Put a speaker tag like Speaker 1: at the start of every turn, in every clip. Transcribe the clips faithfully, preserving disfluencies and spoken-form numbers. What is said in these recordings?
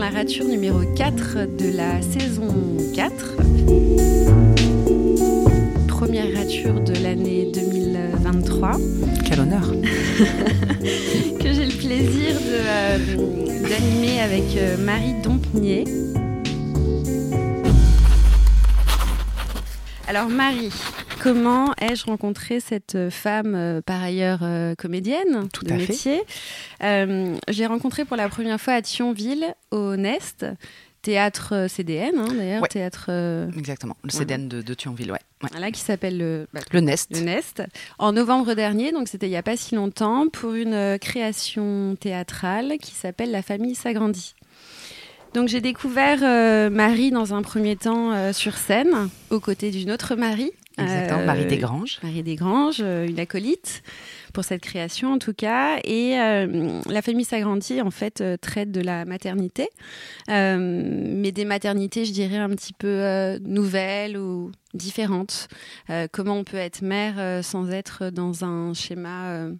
Speaker 1: la rature numéro quatre de la saison quatre. Première rature de l'année deux mille vingt-trois.
Speaker 2: Quel honneur.
Speaker 1: Que j'ai le plaisir de, euh, d'animer avec euh, Marie Dompnier. Alors Marie, comment ai-je rencontré cette femme, euh, par ailleurs euh, comédienne
Speaker 2: Tout
Speaker 1: de
Speaker 2: à
Speaker 1: métier euh, J'ai rencontré pour la première fois à Thionville, au Nest, théâtre C D N, hein, d'ailleurs,
Speaker 2: ouais.
Speaker 1: théâtre... Euh,
Speaker 2: Exactement, le C D N
Speaker 1: ouais.
Speaker 2: de, de Thionville, ouais. ouais.
Speaker 1: Voilà, qui s'appelle le, bah,
Speaker 2: le Nest.
Speaker 1: Le Nest, en novembre dernier, donc c'était il n'y a pas si longtemps, pour une euh, création théâtrale qui s'appelle La famille s'agrandit. Donc j'ai découvert euh, Marie dans un premier temps euh, sur scène, aux côtés d'une autre Marie.
Speaker 2: Exactement, euh, Marie Desgranges.
Speaker 1: Marie Desgranges, euh, une acolyte pour cette création en tout cas. Et euh, La famille s'agrandit en fait euh, traite de la maternité, euh, mais des maternités, je dirais, un petit peu euh, nouvelles ou différentes. Euh, comment on peut être mère euh, sans être dans un schéma... Euh,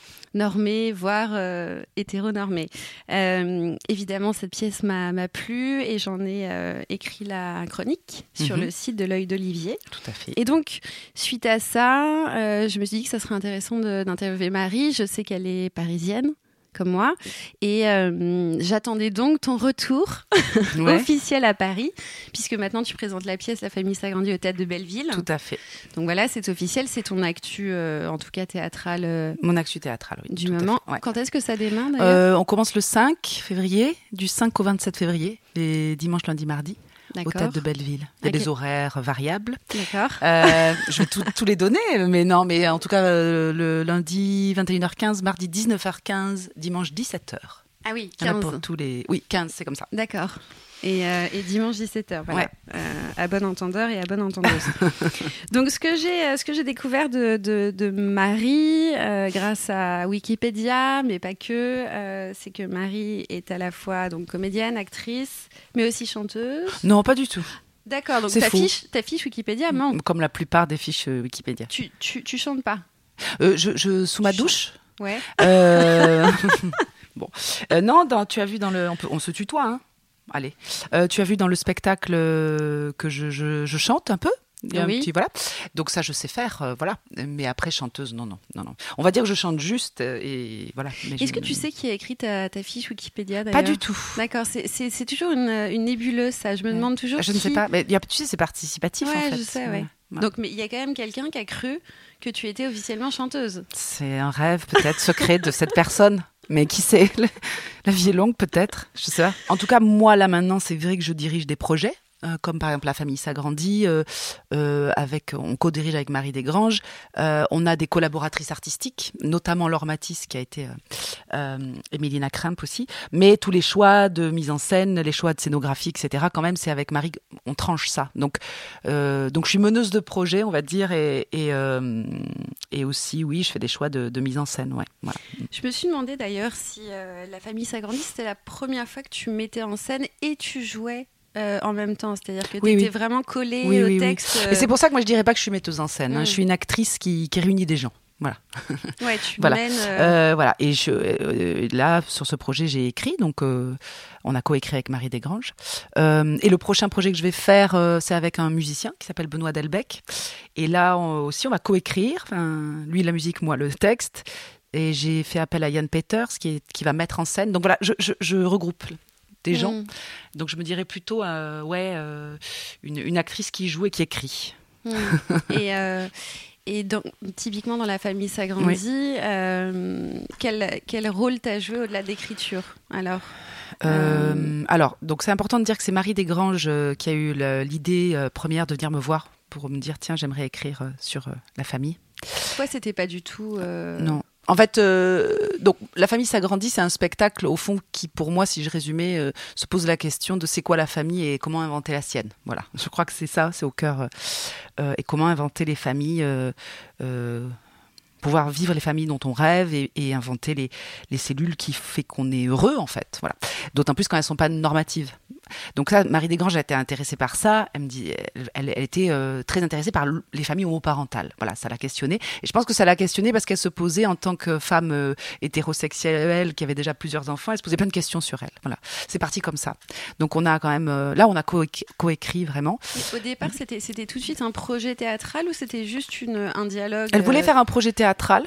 Speaker 1: normée, voire euh, hétéronormée. Euh, évidemment, cette pièce m'a, m'a plu et j'en ai euh, écrit la chronique mm-hmm. sur le site de l'Œil d'Olivier.
Speaker 2: Tout à fait.
Speaker 1: Et donc, suite à ça, euh, je me suis dit que ça serait intéressant de, d'interviewer Marie. Je sais qu'elle est parisienne, comme moi. Et euh, j'attendais donc ton retour ouais. officiel à Paris, puisque maintenant tu présentes la pièce La famille s'agrandit au Théâtre de Belleville.
Speaker 2: Tout à fait.
Speaker 1: Donc voilà, c'est officiel, c'est ton actu, euh, en tout cas théâtrale. Euh,
Speaker 2: Mon actu théâtrale, oui.
Speaker 1: Du moment.
Speaker 2: Ouais.
Speaker 1: Quand est-ce que ça démarre d'ailleurs
Speaker 2: euh, On commence le cinq février, du cinq au vingt-sept février, les dimanches, lundi, mardi. D'accord. Au Théâtre de Belleville. Il y a okay. des horaires variables.
Speaker 1: D'accord.
Speaker 2: Euh, je vais tout, tous les donner, mais non, mais en tout cas, euh, le lundi vingt et une heures quinze, mardi dix-neuf heures quinze, dimanche dix-sept heures.
Speaker 1: Ah oui, quinze.
Speaker 2: Pour tous les... Oui, quinze, c'est comme ça.
Speaker 1: D'accord. Et, euh, et dimanche dix-sept heures, voilà.
Speaker 2: Ouais.
Speaker 1: Euh, à bon entendeur et à bonne entendeuse. Donc, ce que j'ai, ce que j'ai découvert de, de, de Marie, euh, grâce à Wikipédia, mais pas que, euh, c'est que Marie est à la fois donc, comédienne, actrice, mais aussi chanteuse.
Speaker 2: Non, pas du tout.
Speaker 1: D'accord, donc ta fiche, ta fiche Wikipédia ment.
Speaker 2: Comme la plupart des fiches Wikipédia.
Speaker 1: Tu, tu, tu chantes pas
Speaker 2: euh, je, je, Sous ma douche.
Speaker 1: Ouais.
Speaker 2: Euh... bon. Euh, non, dans, tu as vu dans le... On, peut, on se tutoie, hein. Allez, euh, tu as vu dans le spectacle euh, que je, je, je chante un peu. Il y a
Speaker 1: oui.
Speaker 2: un petit, voilà. Donc ça, je sais faire, euh, voilà. Mais après, chanteuse, non, non, non, non. On va dire que je chante juste euh, et voilà. Mais
Speaker 1: Est-ce
Speaker 2: je...
Speaker 1: que tu sais qui a écrit ta, ta fiche Wikipédia d'ailleurs ?
Speaker 2: Pas du tout.
Speaker 1: D'accord, c'est, c'est, c'est toujours une, une nébuleuse, ça. Je me demande toujours.
Speaker 2: Je
Speaker 1: qui...
Speaker 2: ne sais pas. Mais y a, tu sais, c'est participatif
Speaker 1: ouais,
Speaker 2: en fait.
Speaker 1: Je sais, ouais. Ouais. Donc, mais il y a quand même quelqu'un qui a cru que tu étais officiellement chanteuse.
Speaker 2: C'est un rêve peut-être secret de cette personne. Mais qui sait, la vie est longue peut-être, je sais pas. En tout cas, moi là maintenant, c'est vrai que je dirige des projets, euh, comme par exemple La famille s'agrandit, euh, euh, avec, on co-dirige avec Marie Desgranges. Euh, on a des collaboratrices artistiques, notamment Laure Matisse qui a été, euh, euh, et Mélina Krimp aussi. Mais tous les choix de mise en scène, les choix de scénographie, et cetera. Quand même, c'est avec Marie, on tranche ça. Donc, euh, donc je suis meneuse de projet, on va dire, et, et, euh, et aussi, oui, je fais des choix de, de mise en scène. Ouais, voilà.
Speaker 1: Je me suis demandé d'ailleurs si euh, La famille s'agrandit, c'était la première fois que tu mettais en scène et tu jouais euh, en même temps. C'est-à-dire que tu étais oui, oui. vraiment collée oui, au oui, texte.
Speaker 2: Oui. Euh... Et c'est pour ça que moi, je dirais pas que je suis metteuse en scène. Mmh. Hein. Je suis une actrice qui, qui réunit des gens. Voilà.
Speaker 1: Ouais, tu
Speaker 2: voilà.
Speaker 1: mènes... Euh...
Speaker 2: Euh, voilà. Et je, euh, là, sur ce projet, j'ai écrit. Donc, euh, on a coécrit avec Marie Desgranges. Euh, et le prochain projet que je vais faire, euh, c'est avec un musicien qui s'appelle Benoît Delbecq. Et là on, aussi, on va coécrire. Enfin, lui, la musique, moi, le texte. Et j'ai fait appel à Yann Peters qui, est, qui va mettre en scène. Donc voilà, je, je, je regroupe des gens. Mmh. Donc je me dirais plutôt, euh, ouais, euh, une, une actrice qui joue et qui écrit.
Speaker 1: Mmh. et euh, et donc, typiquement dans La famille s'agrandit, oui. euh, quel, quel rôle t'as joué au-delà de l'écriture alors
Speaker 2: euh, euh... Alors, donc c'est important de dire que c'est Marie Desgranges euh, qui a eu le, l'idée euh, première de venir me voir pour me dire, tiens, j'aimerais écrire euh, sur euh, la famille.
Speaker 1: Toi, c'était pas du tout... Euh...
Speaker 2: Non. En fait, euh, donc La famille s'agrandit, c'est un spectacle au fond qui, pour moi, si je résumais, euh, se pose la question de c'est quoi la famille et comment inventer la sienne. Voilà, je crois que c'est ça, c'est au cœur. Euh, et comment inventer les familles, euh, euh, pouvoir vivre les familles dont on rêve et, et inventer les, les cellules qui fait qu'on est heureux, en fait. Voilà. D'autant plus quand elles sont pas normatives. Donc ça, Marie Desgranges a été intéressée par ça. Elle me dit, elle, elle, elle était euh, très intéressée par les familles homoparentales. Voilà, ça l'a questionnée. Et je pense que ça l'a questionnée parce qu'elle se posait en tant que femme euh, hétérosexuelle qui avait déjà plusieurs enfants. Elle se posait plein de questions sur elle. Voilà, c'est parti comme ça. Donc on a quand même, euh, là, on a co- coécrit vraiment.
Speaker 1: Et au départ, c'était, c'était tout de suite un projet théâtral ou c'était juste une, un dialogue?
Speaker 2: Elle voulait
Speaker 1: euh...
Speaker 2: faire un projet théâtral.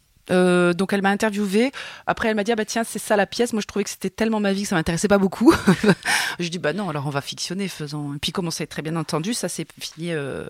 Speaker 2: Euh, donc elle m'a interviewée. Après elle m'a dit ah bah tiens c'est ça la pièce. Moi je trouvais que c'était tellement ma vie que ça m'intéressait pas beaucoup. Je dis bah non alors on va fictionner faisons. Et puis comme on s'est très bien entendu ça s'est fini euh,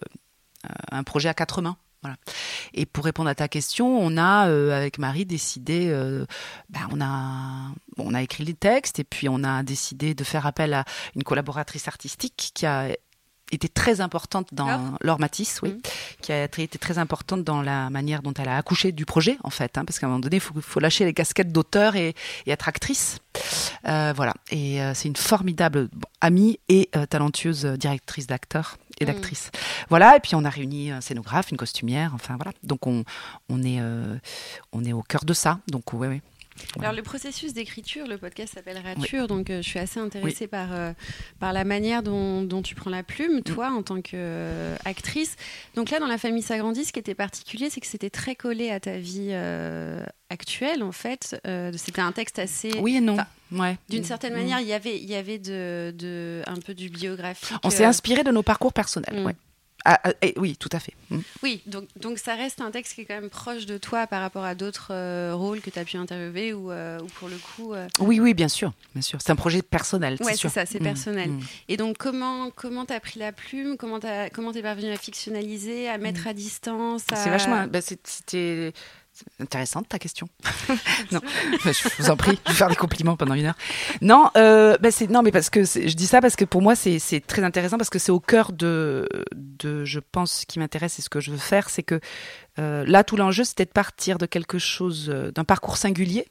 Speaker 2: un projet à quatre mains. Voilà. Et pour répondre à ta question, on a euh, avec Marie décidé, euh, bah, on a on a écrit les textes et puis on a décidé de faire appel à une collaboratrice artistique qui a était très importante dans
Speaker 1: Laure,
Speaker 2: Laure Matisse, oui, mmh. qui a été très importante dans la manière dont elle a accouché du projet, en fait, hein, parce qu'à un moment donné, il faut, faut lâcher les casquettes d'auteur et, et être actrice. Euh, voilà, et euh, c'est une formidable bon, amie et euh, talentueuse directrice d'acteurs et d'actrices. Mmh. Voilà, et puis on a réuni un scénographe, une costumière, enfin voilà. Donc on, on, est, euh, on est au cœur de ça, donc oui, oui.
Speaker 1: Alors ouais. Le processus d'écriture, le podcast s'appelle Rature, oui. donc euh, je suis assez intéressée oui. par, euh, par la manière dont, dont tu prends la plume, toi, mm. en tant qu'actrice. Euh, donc là, dans La famille s'agrandit, ce qui était particulier, c'est que c'était très collé à ta vie euh, actuelle, en fait. Euh, c'était un texte assez...
Speaker 2: Oui et non. Ouais.
Speaker 1: D'une certaine mm. manière, il y avait, il y avait de, de, un peu du biographique.
Speaker 2: On euh... s'est inspiré de nos parcours personnels, mm. ouais. Ah, et, oui, tout à fait. Mmh.
Speaker 1: Oui, donc, donc ça reste un texte qui est quand même proche de toi par rapport à d'autres euh, rôles que tu as pu interviewer ou, euh, ou pour le coup... Euh...
Speaker 2: Oui, oui, bien sûr, bien sûr. C'est un projet personnel,
Speaker 1: ouais,
Speaker 2: c'est sûr.
Speaker 1: Oui, c'est ça, c'est mmh. personnel.
Speaker 2: Mmh.
Speaker 1: Et donc, comment comment tu as pris la plume? Comment tu es parvenu à fictionnaliser, à mettre mmh. à distance à...
Speaker 2: C'est vachement... Bah, c'était... C'est intéressante ta question. Non, je vous en prie, je vais faire des compliments pendant une heure. Non, euh, bah c'est non, mais parce que je dis ça parce que pour moi c'est c'est très intéressant parce que c'est au cœur de de je pense ce qui m'intéresse et ce que je veux faire, c'est que euh, là tout l'enjeu c'était de partir de quelque chose d'un parcours singulier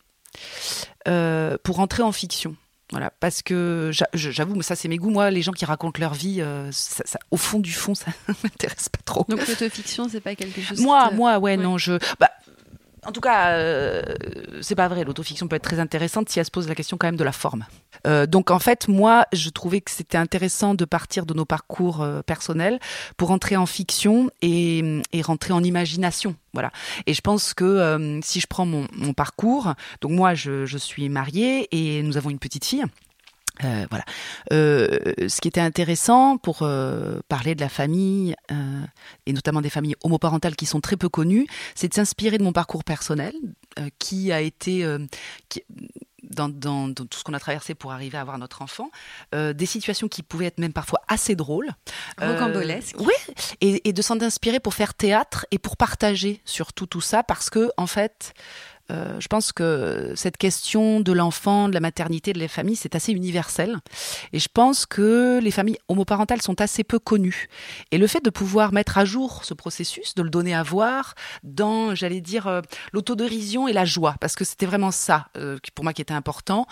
Speaker 2: euh, pour entrer en fiction. Voilà, parce que j'avoue, mais ça c'est mes goûts. Moi, les gens qui racontent leur vie, euh, ça, ça, au fond du fond, ça m'intéresse pas trop.
Speaker 1: Donc l'autofiction, c'est pas quelque chose.
Speaker 2: Moi,
Speaker 1: te...
Speaker 2: moi, ouais, ouais, non, je. Bah, En tout cas, euh, c'est pas vrai. L'autofiction peut être très intéressante si elle se pose la question quand même de la forme. Euh, donc en fait, moi, je trouvais que c'était intéressant de partir de nos parcours euh, personnels pour entrer en fiction et, et rentrer en imagination. Voilà. Et je pense que euh, si je prends mon, mon parcours, donc moi, je, je suis mariée et nous avons une petite fille. Euh, voilà. Euh, ce qui était intéressant pour euh, parler de la famille euh, et notamment des familles homoparentales qui sont très peu connues, c'est de s'inspirer de mon parcours personnel euh, qui a été euh, qui, dans, dans, dans tout ce qu'on a traversé pour arriver à avoir notre enfant, euh, des situations qui pouvaient être même parfois assez drôles,
Speaker 1: rocambolesques.
Speaker 2: Euh, oui, et, et de s'en inspirer pour faire théâtre et pour partager surtout tout ça parce que en fait. Euh, je pense que cette question de l'enfant, de la maternité, de la famille, c'est assez universel. Et je pense que les familles homoparentales sont assez peu connues. Et le fait de pouvoir mettre à jour ce processus, de le donner à voir dans, j'allais dire, euh, l'autodérision et la joie, parce que c'était vraiment ça, euh, pour moi, qui était important.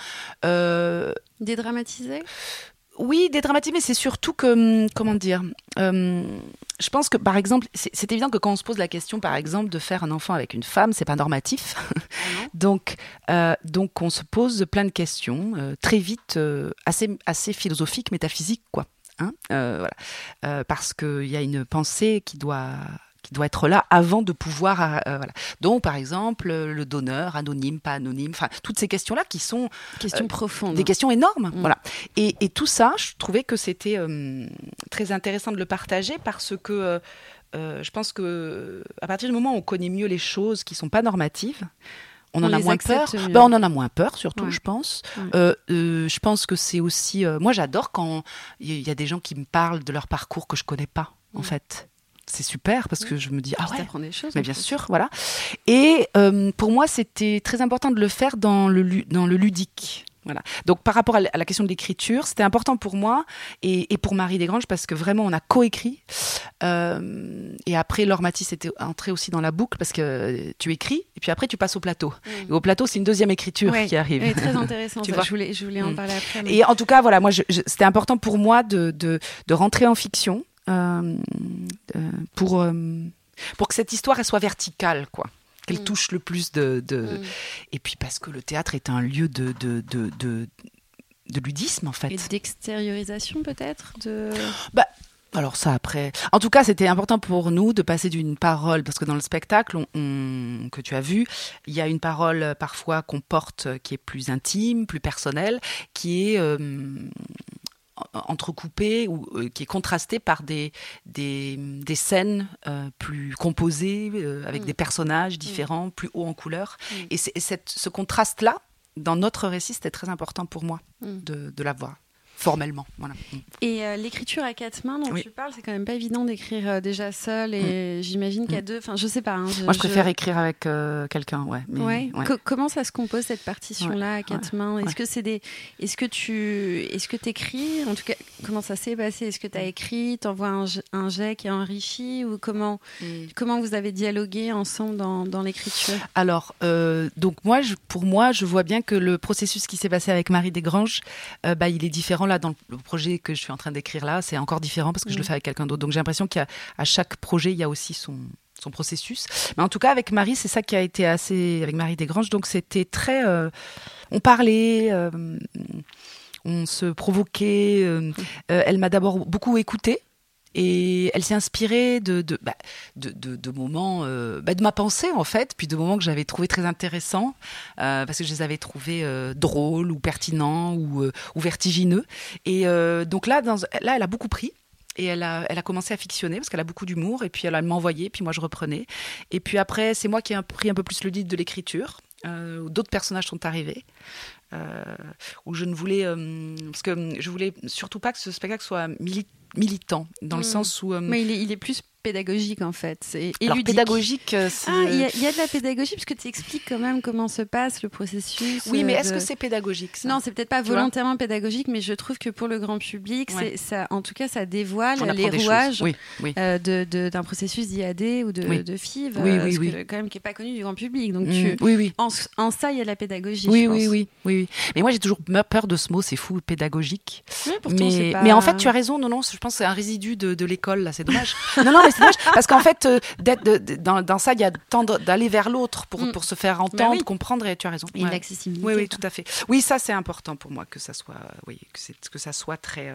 Speaker 2: Euh,
Speaker 1: Dédramatiser ?
Speaker 2: Oui, dédramatiser, mais c'est surtout que, comment dire, euh, je pense que, par exemple, c'est, c'est évident que quand on se pose la question, par exemple, de faire un enfant avec une femme, c'est pas normatif. Mm-hmm. donc, euh, donc, on se pose plein de questions, euh, très vite, euh, assez, assez philosophiques, métaphysiques, quoi. Hein euh, voilà. Euh, parce qu'il y a une pensée qui doit... qui doit être là avant de pouvoir... Euh, voilà. Donc, par exemple, le donneur, anonyme, pas anonyme, enfin, toutes ces questions-là qui sont...
Speaker 1: Questions euh, profondes.
Speaker 2: Des questions énormes, mmh. voilà. Et, et tout ça, je trouvais que c'était euh, très intéressant de le partager parce que euh, euh, je pense que à partir du moment où on connaît mieux les choses qui ne sont pas normatives, on, on en a moins peur. Ben, on en a moins peur, surtout, ouais. je pense. Ouais. Euh, euh, je pense que c'est aussi... Euh, moi, j'adore quand il y, y a des gens qui me parlent de leur parcours que je ne connais pas, mmh. en fait. C'est super parce que je me dis ah ouais,
Speaker 1: t'apprends des choses,
Speaker 2: mais bien sûr, voilà. Et euh, pour moi, c'était très important de le faire dans le dans le ludique. Voilà. Donc par rapport à la question de l'écriture, c'était important pour moi et, et pour Marie Desgranges parce que vraiment on a coécrit. Euh, et après Laure Matisse était entrée aussi dans la boucle parce que tu écris et puis après tu passes au plateau. Mmh. Et au plateau, c'est une deuxième écriture
Speaker 1: ouais,
Speaker 2: qui arrive.
Speaker 1: Oui, très intéressant.
Speaker 2: tu
Speaker 1: ça,
Speaker 2: vois
Speaker 1: je voulais je voulais en mmh. parler après. Mais...
Speaker 2: Et en tout cas, voilà, moi, je, je, c'était important pour moi de de, de rentrer en fiction. Euh, euh, pour, euh, pour que cette histoire elle soit verticale, quoi. Qu'elle mmh. touche le plus de... de... Mmh. Et puis parce que le théâtre est un lieu de, de, de, de, de ludisme en fait.
Speaker 1: Et d'extériorisation peut-être de...
Speaker 2: Bah, alors ça après. En tout cas, c'était important pour nous de passer d'une parole, parce que dans le spectacle on, on, que tu as vu, il y a une parole parfois qu'on porte qui est plus intime, plus personnelle, qui est... Euh, entrecoupé ou euh, qui est contrasté par des des, des scènes euh, plus composées euh, avec mmh. des personnages différents, mmh. plus hauts en couleur. Mmh. Et, c'est, et cette, ce contraste-là, dans notre récit, c'était très important pour moi mmh. de, de l'avoir. Formellement, voilà.
Speaker 1: Et euh, l'écriture à quatre mains dont
Speaker 2: oui.
Speaker 1: tu parles, c'est quand même pas évident d'écrire euh, déjà seul et mmh. j'imagine qu'à mmh. deux, enfin je sais pas. Hein, je,
Speaker 2: Moi je préfère je... écrire avec euh, quelqu'un, ouais. Mais,
Speaker 1: ouais.
Speaker 2: ouais.
Speaker 1: Co- comment ça se compose cette partition-là
Speaker 2: ouais.
Speaker 1: à quatre
Speaker 2: ouais.
Speaker 1: mains ? Est-ce
Speaker 2: ouais.
Speaker 1: que c'est des, est-ce que tu, est-ce que t'écris ? En tout cas, comment ça s'est passé ? Est-ce que t'as écrit, t'envoies un, un jet qui est enrichi ou comment, mmh. comment vous avez dialogué ensemble dans, dans l'écriture ?
Speaker 2: Alors euh, donc moi, je, pour moi, je vois bien que le processus qui s'est passé avec Marie Desgranges, euh, bah il est différent là dans le projet que je suis en train d'écrire là, c'est encore différent parce que mmh. je le fais avec quelqu'un d'autre. Donc j'ai l'impression qu'à à chaque projet, il y a aussi son, son processus. Mais en tout cas, avec Marie, c'est ça qui a été assez... Avec Marie Desgranges, donc c'était très... Euh, on parlait, euh, on se provoquait. Euh, mmh. euh, elle m'a d'abord beaucoup écoutée. Et elle s'est inspirée de, de, bah, de, de, de moments, euh, bah, de ma pensée en fait, puis de moments que j'avais trouvés très intéressants, euh, parce que je les avais trouvés euh, drôles ou pertinents ou, euh, ou vertigineux. Et euh, donc là, dans, là, elle a beaucoup pris. Et elle a, elle a commencé à fictionner parce qu'elle a beaucoup d'humour. Et puis elle, elle m'envoyait, puis moi je reprenais. Et puis après, c'est moi qui ai pris un peu plus le lead de l'écriture. Euh, où d'autres personnages sont arrivés. Euh, où je ne voulais... Euh, parce que je voulais surtout pas que ce spectacle soit militant. militant, dans mmh. le sens où... Euh...
Speaker 1: Mais il est, il est plus pédagogique, en fait. Et, et
Speaker 2: Alors,
Speaker 1: ludique.
Speaker 2: pédagogique, c'est...
Speaker 1: Ah, il y, y a de la pédagogie, parce que tu expliques quand même comment se passe le processus.
Speaker 2: Oui, mais
Speaker 1: de...
Speaker 2: est-ce que c'est pédagogique, ça ?
Speaker 1: Non, c'est peut-être pas tu volontairement vois pédagogique, mais je trouve que pour le grand public, ouais. c'est, ça, en tout cas, ça dévoile les rouages
Speaker 2: oui, oui.
Speaker 1: Euh, de, de, d'un processus d'I A D ou de,
Speaker 2: oui.
Speaker 1: de F I V,
Speaker 2: oui,
Speaker 1: euh,
Speaker 2: oui, oui.
Speaker 1: Que, quand même, qui n'est pas connu du grand public. Donc,
Speaker 2: mmh,
Speaker 1: tu...
Speaker 2: oui, oui.
Speaker 1: En, en ça, il y a de la pédagogie,
Speaker 2: oui,
Speaker 1: je
Speaker 2: oui,
Speaker 1: pense.
Speaker 2: oui, oui, oui. Mais moi, j'ai toujours peur de ce mot, c'est fou, pédagogique.
Speaker 1: Oui, pourtant,
Speaker 2: mais,
Speaker 1: c'est pas...
Speaker 2: mais en fait, tu as raison, non, non, je pense que c'est un résidu de, de l'école, là, c'est dommage. non, non, mais c'est dommage, parce qu'en fait, euh, d'être, de, de, dans, dans ça, il y a tant d'aller vers l'autre pour, mm. pour se faire entendre, bah oui. comprendre, et tu as raison.
Speaker 1: Et ouais. l'accessibilité.
Speaker 2: Oui, oui, tout à fait. Oui, ça, c'est important pour moi, que ça soit, oui, que, c'est, que ça soit très... Euh,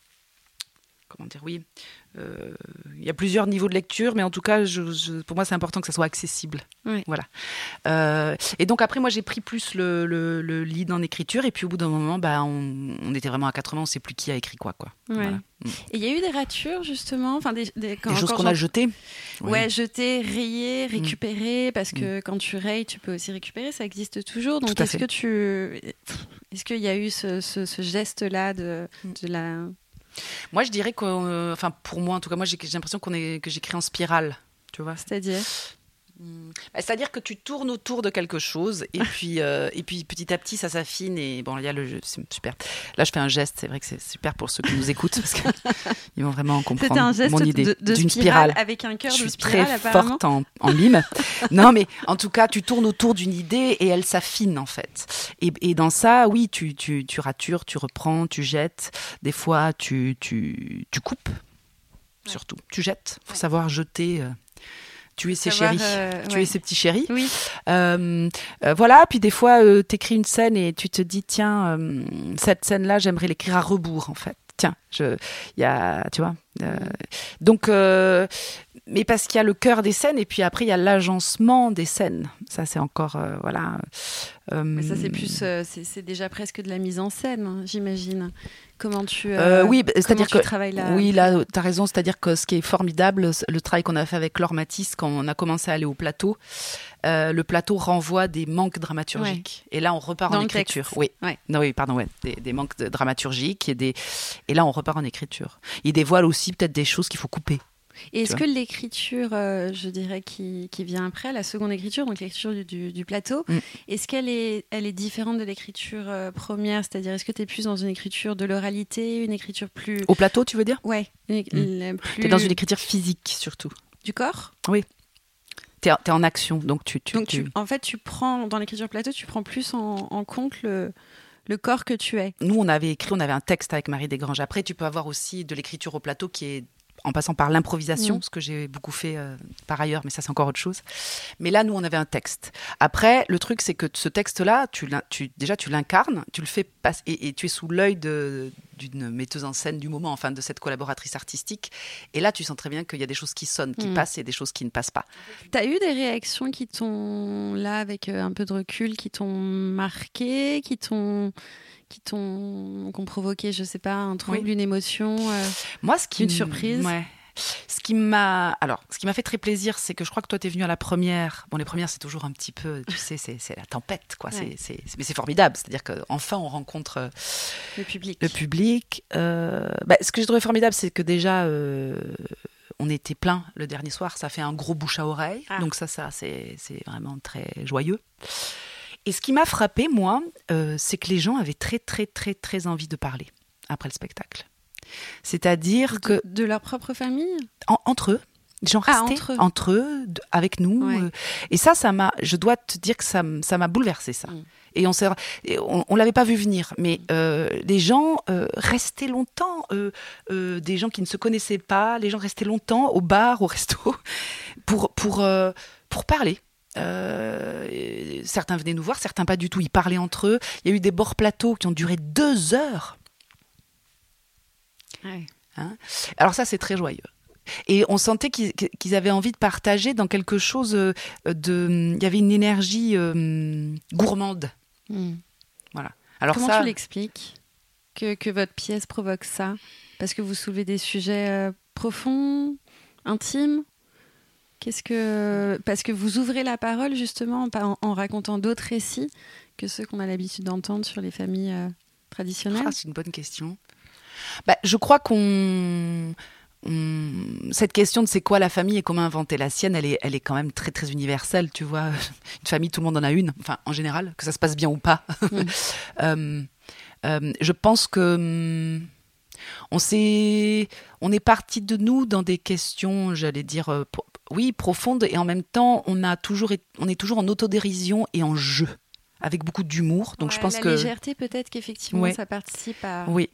Speaker 2: comment dire, oui. Il euh, y a plusieurs niveaux de lecture, mais en tout cas, je, je, pour moi, c'est important que ça soit accessible.
Speaker 1: Oui.
Speaker 2: Voilà. Euh, et donc, après, moi, j'ai pris plus le, le, le lead en écriture, et puis au bout d'un moment, bah, on, on était vraiment à quatre-vingts, on ne sait plus qui a écrit quoi. quoi.
Speaker 1: Ouais.
Speaker 2: Voilà.
Speaker 1: Et il y a eu des ratures, justement, enfin des, des, quand,
Speaker 2: des choses
Speaker 1: quand
Speaker 2: qu'on a jetées.
Speaker 1: Ouais, ouais, jetées, rayées, récupérées,
Speaker 2: mmh.
Speaker 1: parce que mmh. quand tu rayes, tu peux aussi récupérer, ça existe toujours. Donc,
Speaker 2: Tout à
Speaker 1: est-ce
Speaker 2: fait.
Speaker 1: que tu... Est-ce qu'il y a eu ce, ce, ce geste-là de, de la...
Speaker 2: Moi, je dirais que, enfin, pour moi, en tout cas, moi, j'ai, j'ai l'impression qu'on est, que j'écris en spirale, tu vois.
Speaker 1: C'est-à-dire
Speaker 2: mmh. C'est-à-dire que tu tournes autour de quelque chose et puis, euh, et puis petit à petit, ça s'affine et bon, il y a le jeu, c'est super. Là, je fais un geste, c'est vrai que c'est super pour ceux qui nous écoutent parce qu'ils vont vraiment comprendre
Speaker 1: C'était un geste
Speaker 2: mon idée
Speaker 1: de, de
Speaker 2: d'une
Speaker 1: spirale,
Speaker 2: spirale.
Speaker 1: Avec un cœur
Speaker 2: je
Speaker 1: de
Speaker 2: suis
Speaker 1: spirale,
Speaker 2: très
Speaker 1: apparemment.
Speaker 2: forte en, en mime. Non, mais en tout cas, tu tournes autour d'une idée et elle s'affine en fait. Et, et dans ça, oui, tu, tu, tu ratures, tu reprends, tu jettes. Des fois, tu, tu, tu coupes, ouais. surtout. Tu jettes. Il faut ouais. savoir jeter. Euh, tuer ses
Speaker 1: Savoir,
Speaker 2: chéris,
Speaker 1: euh,
Speaker 2: tuer
Speaker 1: ouais.
Speaker 2: ses petits chéris.
Speaker 1: Oui.
Speaker 2: Euh, euh, voilà, puis des fois, euh, t'écris une scène et tu te dis, tiens, euh, cette scène-là, j'aimerais l'écrire à rebours, en fait. Tiens, je, il y a, tu vois. Euh, mm. Donc, euh, mais parce qu'il y a le cœur des scènes et puis après, il y a l'agencement des scènes. Ça, c'est encore, euh, voilà.
Speaker 1: Euh, mais ça, c'est plus, euh, c'est, c'est déjà presque de la mise en scène, hein, j'imagine. Comment tu,
Speaker 2: euh, euh, oui, c'est-à-dire que
Speaker 1: travailles là.
Speaker 2: Oui, là, tu as raison. C'est-à-dire que ce qui est formidable, le travail qu'on a fait avec Laure Matisse quand on a commencé à aller au plateau, euh, le plateau renvoie des manques dramaturgiques. Ouais. Et là, on repart
Speaker 1: Dans
Speaker 2: en écriture.
Speaker 1: Texte.
Speaker 2: Oui.
Speaker 1: Ouais.
Speaker 2: Non, oui, pardon, ouais, des, des manques de dramaturgiques et des. Et là, on repart en écriture. Il dévoile aussi peut-être des choses qu'il faut couper.
Speaker 1: Et est-ce que l'écriture, euh, je dirais, qui, qui vient après, la seconde écriture, donc l'écriture du, du, du plateau, mm. est-ce qu'elle est, elle est différente de l'écriture euh, première ? C'est-à-dire, est-ce que tu es plus dans une écriture de l'oralité, une écriture plus...
Speaker 2: Au plateau, tu veux dire ?
Speaker 1: Ouais. Mm. Plus...
Speaker 2: Tu es dans une écriture physique, surtout.
Speaker 1: Du corps ?
Speaker 2: Oui. Tu es en action, donc tu... tu,
Speaker 1: donc
Speaker 2: tu...
Speaker 1: tu en fait, tu prends, dans l'écriture plateau, tu prends plus en, en compte le... le corps que tu es.
Speaker 2: Nous, on avait écrit, on avait un texte avec Marie Desgranges. Après, tu peux avoir aussi de l'écriture au plateau qui est en passant par l'improvisation,
Speaker 1: Mmh.
Speaker 2: ce que j'ai beaucoup fait euh, par ailleurs, mais ça c'est encore autre chose. Mais là, nous, on avait un texte. Après, le truc, c'est que ce texte-là, tu, tu, déjà, tu l'incarnes, tu le fais passer, et, et tu es sous l'œil de, d'une metteuse en scène du moment, enfin de cette collaboratrice artistique. Et là, tu sens très bien qu'il y a des choses qui sonnent, qui
Speaker 1: Mmh.
Speaker 2: passent, et des choses qui ne passent pas.
Speaker 1: T'as eu des réactions qui t'ont, là, avec euh, un peu de recul, qui t'ont marqué, qui t'ont, qui t'ont, qui ont provoqué, je sais pas, un trouble,
Speaker 2: Oui.
Speaker 1: une émotion, euh,
Speaker 2: Moi, ce qui
Speaker 1: une
Speaker 2: m-
Speaker 1: surprise.
Speaker 2: Ouais. Ce qui m'a, alors, ce qui m'a fait très plaisir, c'est que je crois que toi, t'es venu à la première. Bon, les premières, c'est toujours un petit peu, tu sais, c'est, c'est la tempête, quoi.
Speaker 1: Ouais.
Speaker 2: C'est, c'est, mais c'est formidable. C'est-à-dire qu'enfin, on rencontre euh,
Speaker 1: Le public.
Speaker 2: le public. Euh, bah, ce que j'ai trouvé formidable, c'est que déjà, euh, on était plein le dernier soir. Ça fait un gros bouche à oreille.
Speaker 1: Ah.
Speaker 2: Donc ça, ça, c'est, c'est vraiment très joyeux. Et ce qui m'a frappé, moi, euh, c'est que les gens avaient très, très, très, très envie de parler après le spectacle. C'est-à-dire que
Speaker 1: De, de leur propre famille.
Speaker 2: en- entre eux, les gens
Speaker 1: Ah,
Speaker 2: restaient
Speaker 1: entre eux.
Speaker 2: entre eux, de- avec nous.
Speaker 1: Ouais.
Speaker 2: euh, et ça, ça m'a, je dois te dire que ça, m- ça m'a bouleversé, ça.
Speaker 1: Mm.
Speaker 2: Et on s'est, et on, on l'avait pas vu venir, mais euh, les gens euh, restaient longtemps, euh, euh, des gens qui ne se connaissaient pas, les gens restaient longtemps au bar, au resto, pour pour euh, pour parler. Euh, et certains venaient nous voir, certains pas du tout. Ils parlaient entre eux. Il y a eu des bords plateaux qui ont duré deux heures.
Speaker 1: Ouais.
Speaker 2: Alors ça, c'est très joyeux. Et on sentait qu'ils, qu'ils avaient envie de partager dans quelque chose euh, de... Il y avait une énergie euh, gourmande.
Speaker 1: Mm.
Speaker 2: Voilà. Alors
Speaker 1: Comment
Speaker 2: ça,
Speaker 1: tu l'expliques que, que votre pièce provoque ça? Parce que vous soulevez des sujets euh, profonds, intimes. Qu'est-ce que... Parce que vous ouvrez la parole justement en, en racontant d'autres récits que ceux qu'on a l'habitude d'entendre sur les familles euh, traditionnelles.
Speaker 2: Ah, c'est une bonne question. Bah, je crois qu'on... on- Cette question de c'est quoi la famille et comment inventer la sienne, elle est, elle est quand même très, très universelle, tu vois. Une famille, tout le monde en a une, enfin, en général, que ça se passe bien ou pas.
Speaker 1: Mm.
Speaker 2: Euh, euh, je pense que hum, on s'est, on est parti de nous dans des questions, j'allais dire, euh, pro- oui, profondes, et en même temps, on a toujours, été- on est toujours en autodérision et en jeu, avec beaucoup d'humour. Donc
Speaker 1: Ouais,
Speaker 2: je pense
Speaker 1: la
Speaker 2: que
Speaker 1: légèreté, peut-être qu'effectivement,
Speaker 2: Ouais.
Speaker 1: ça participe à...
Speaker 2: oui,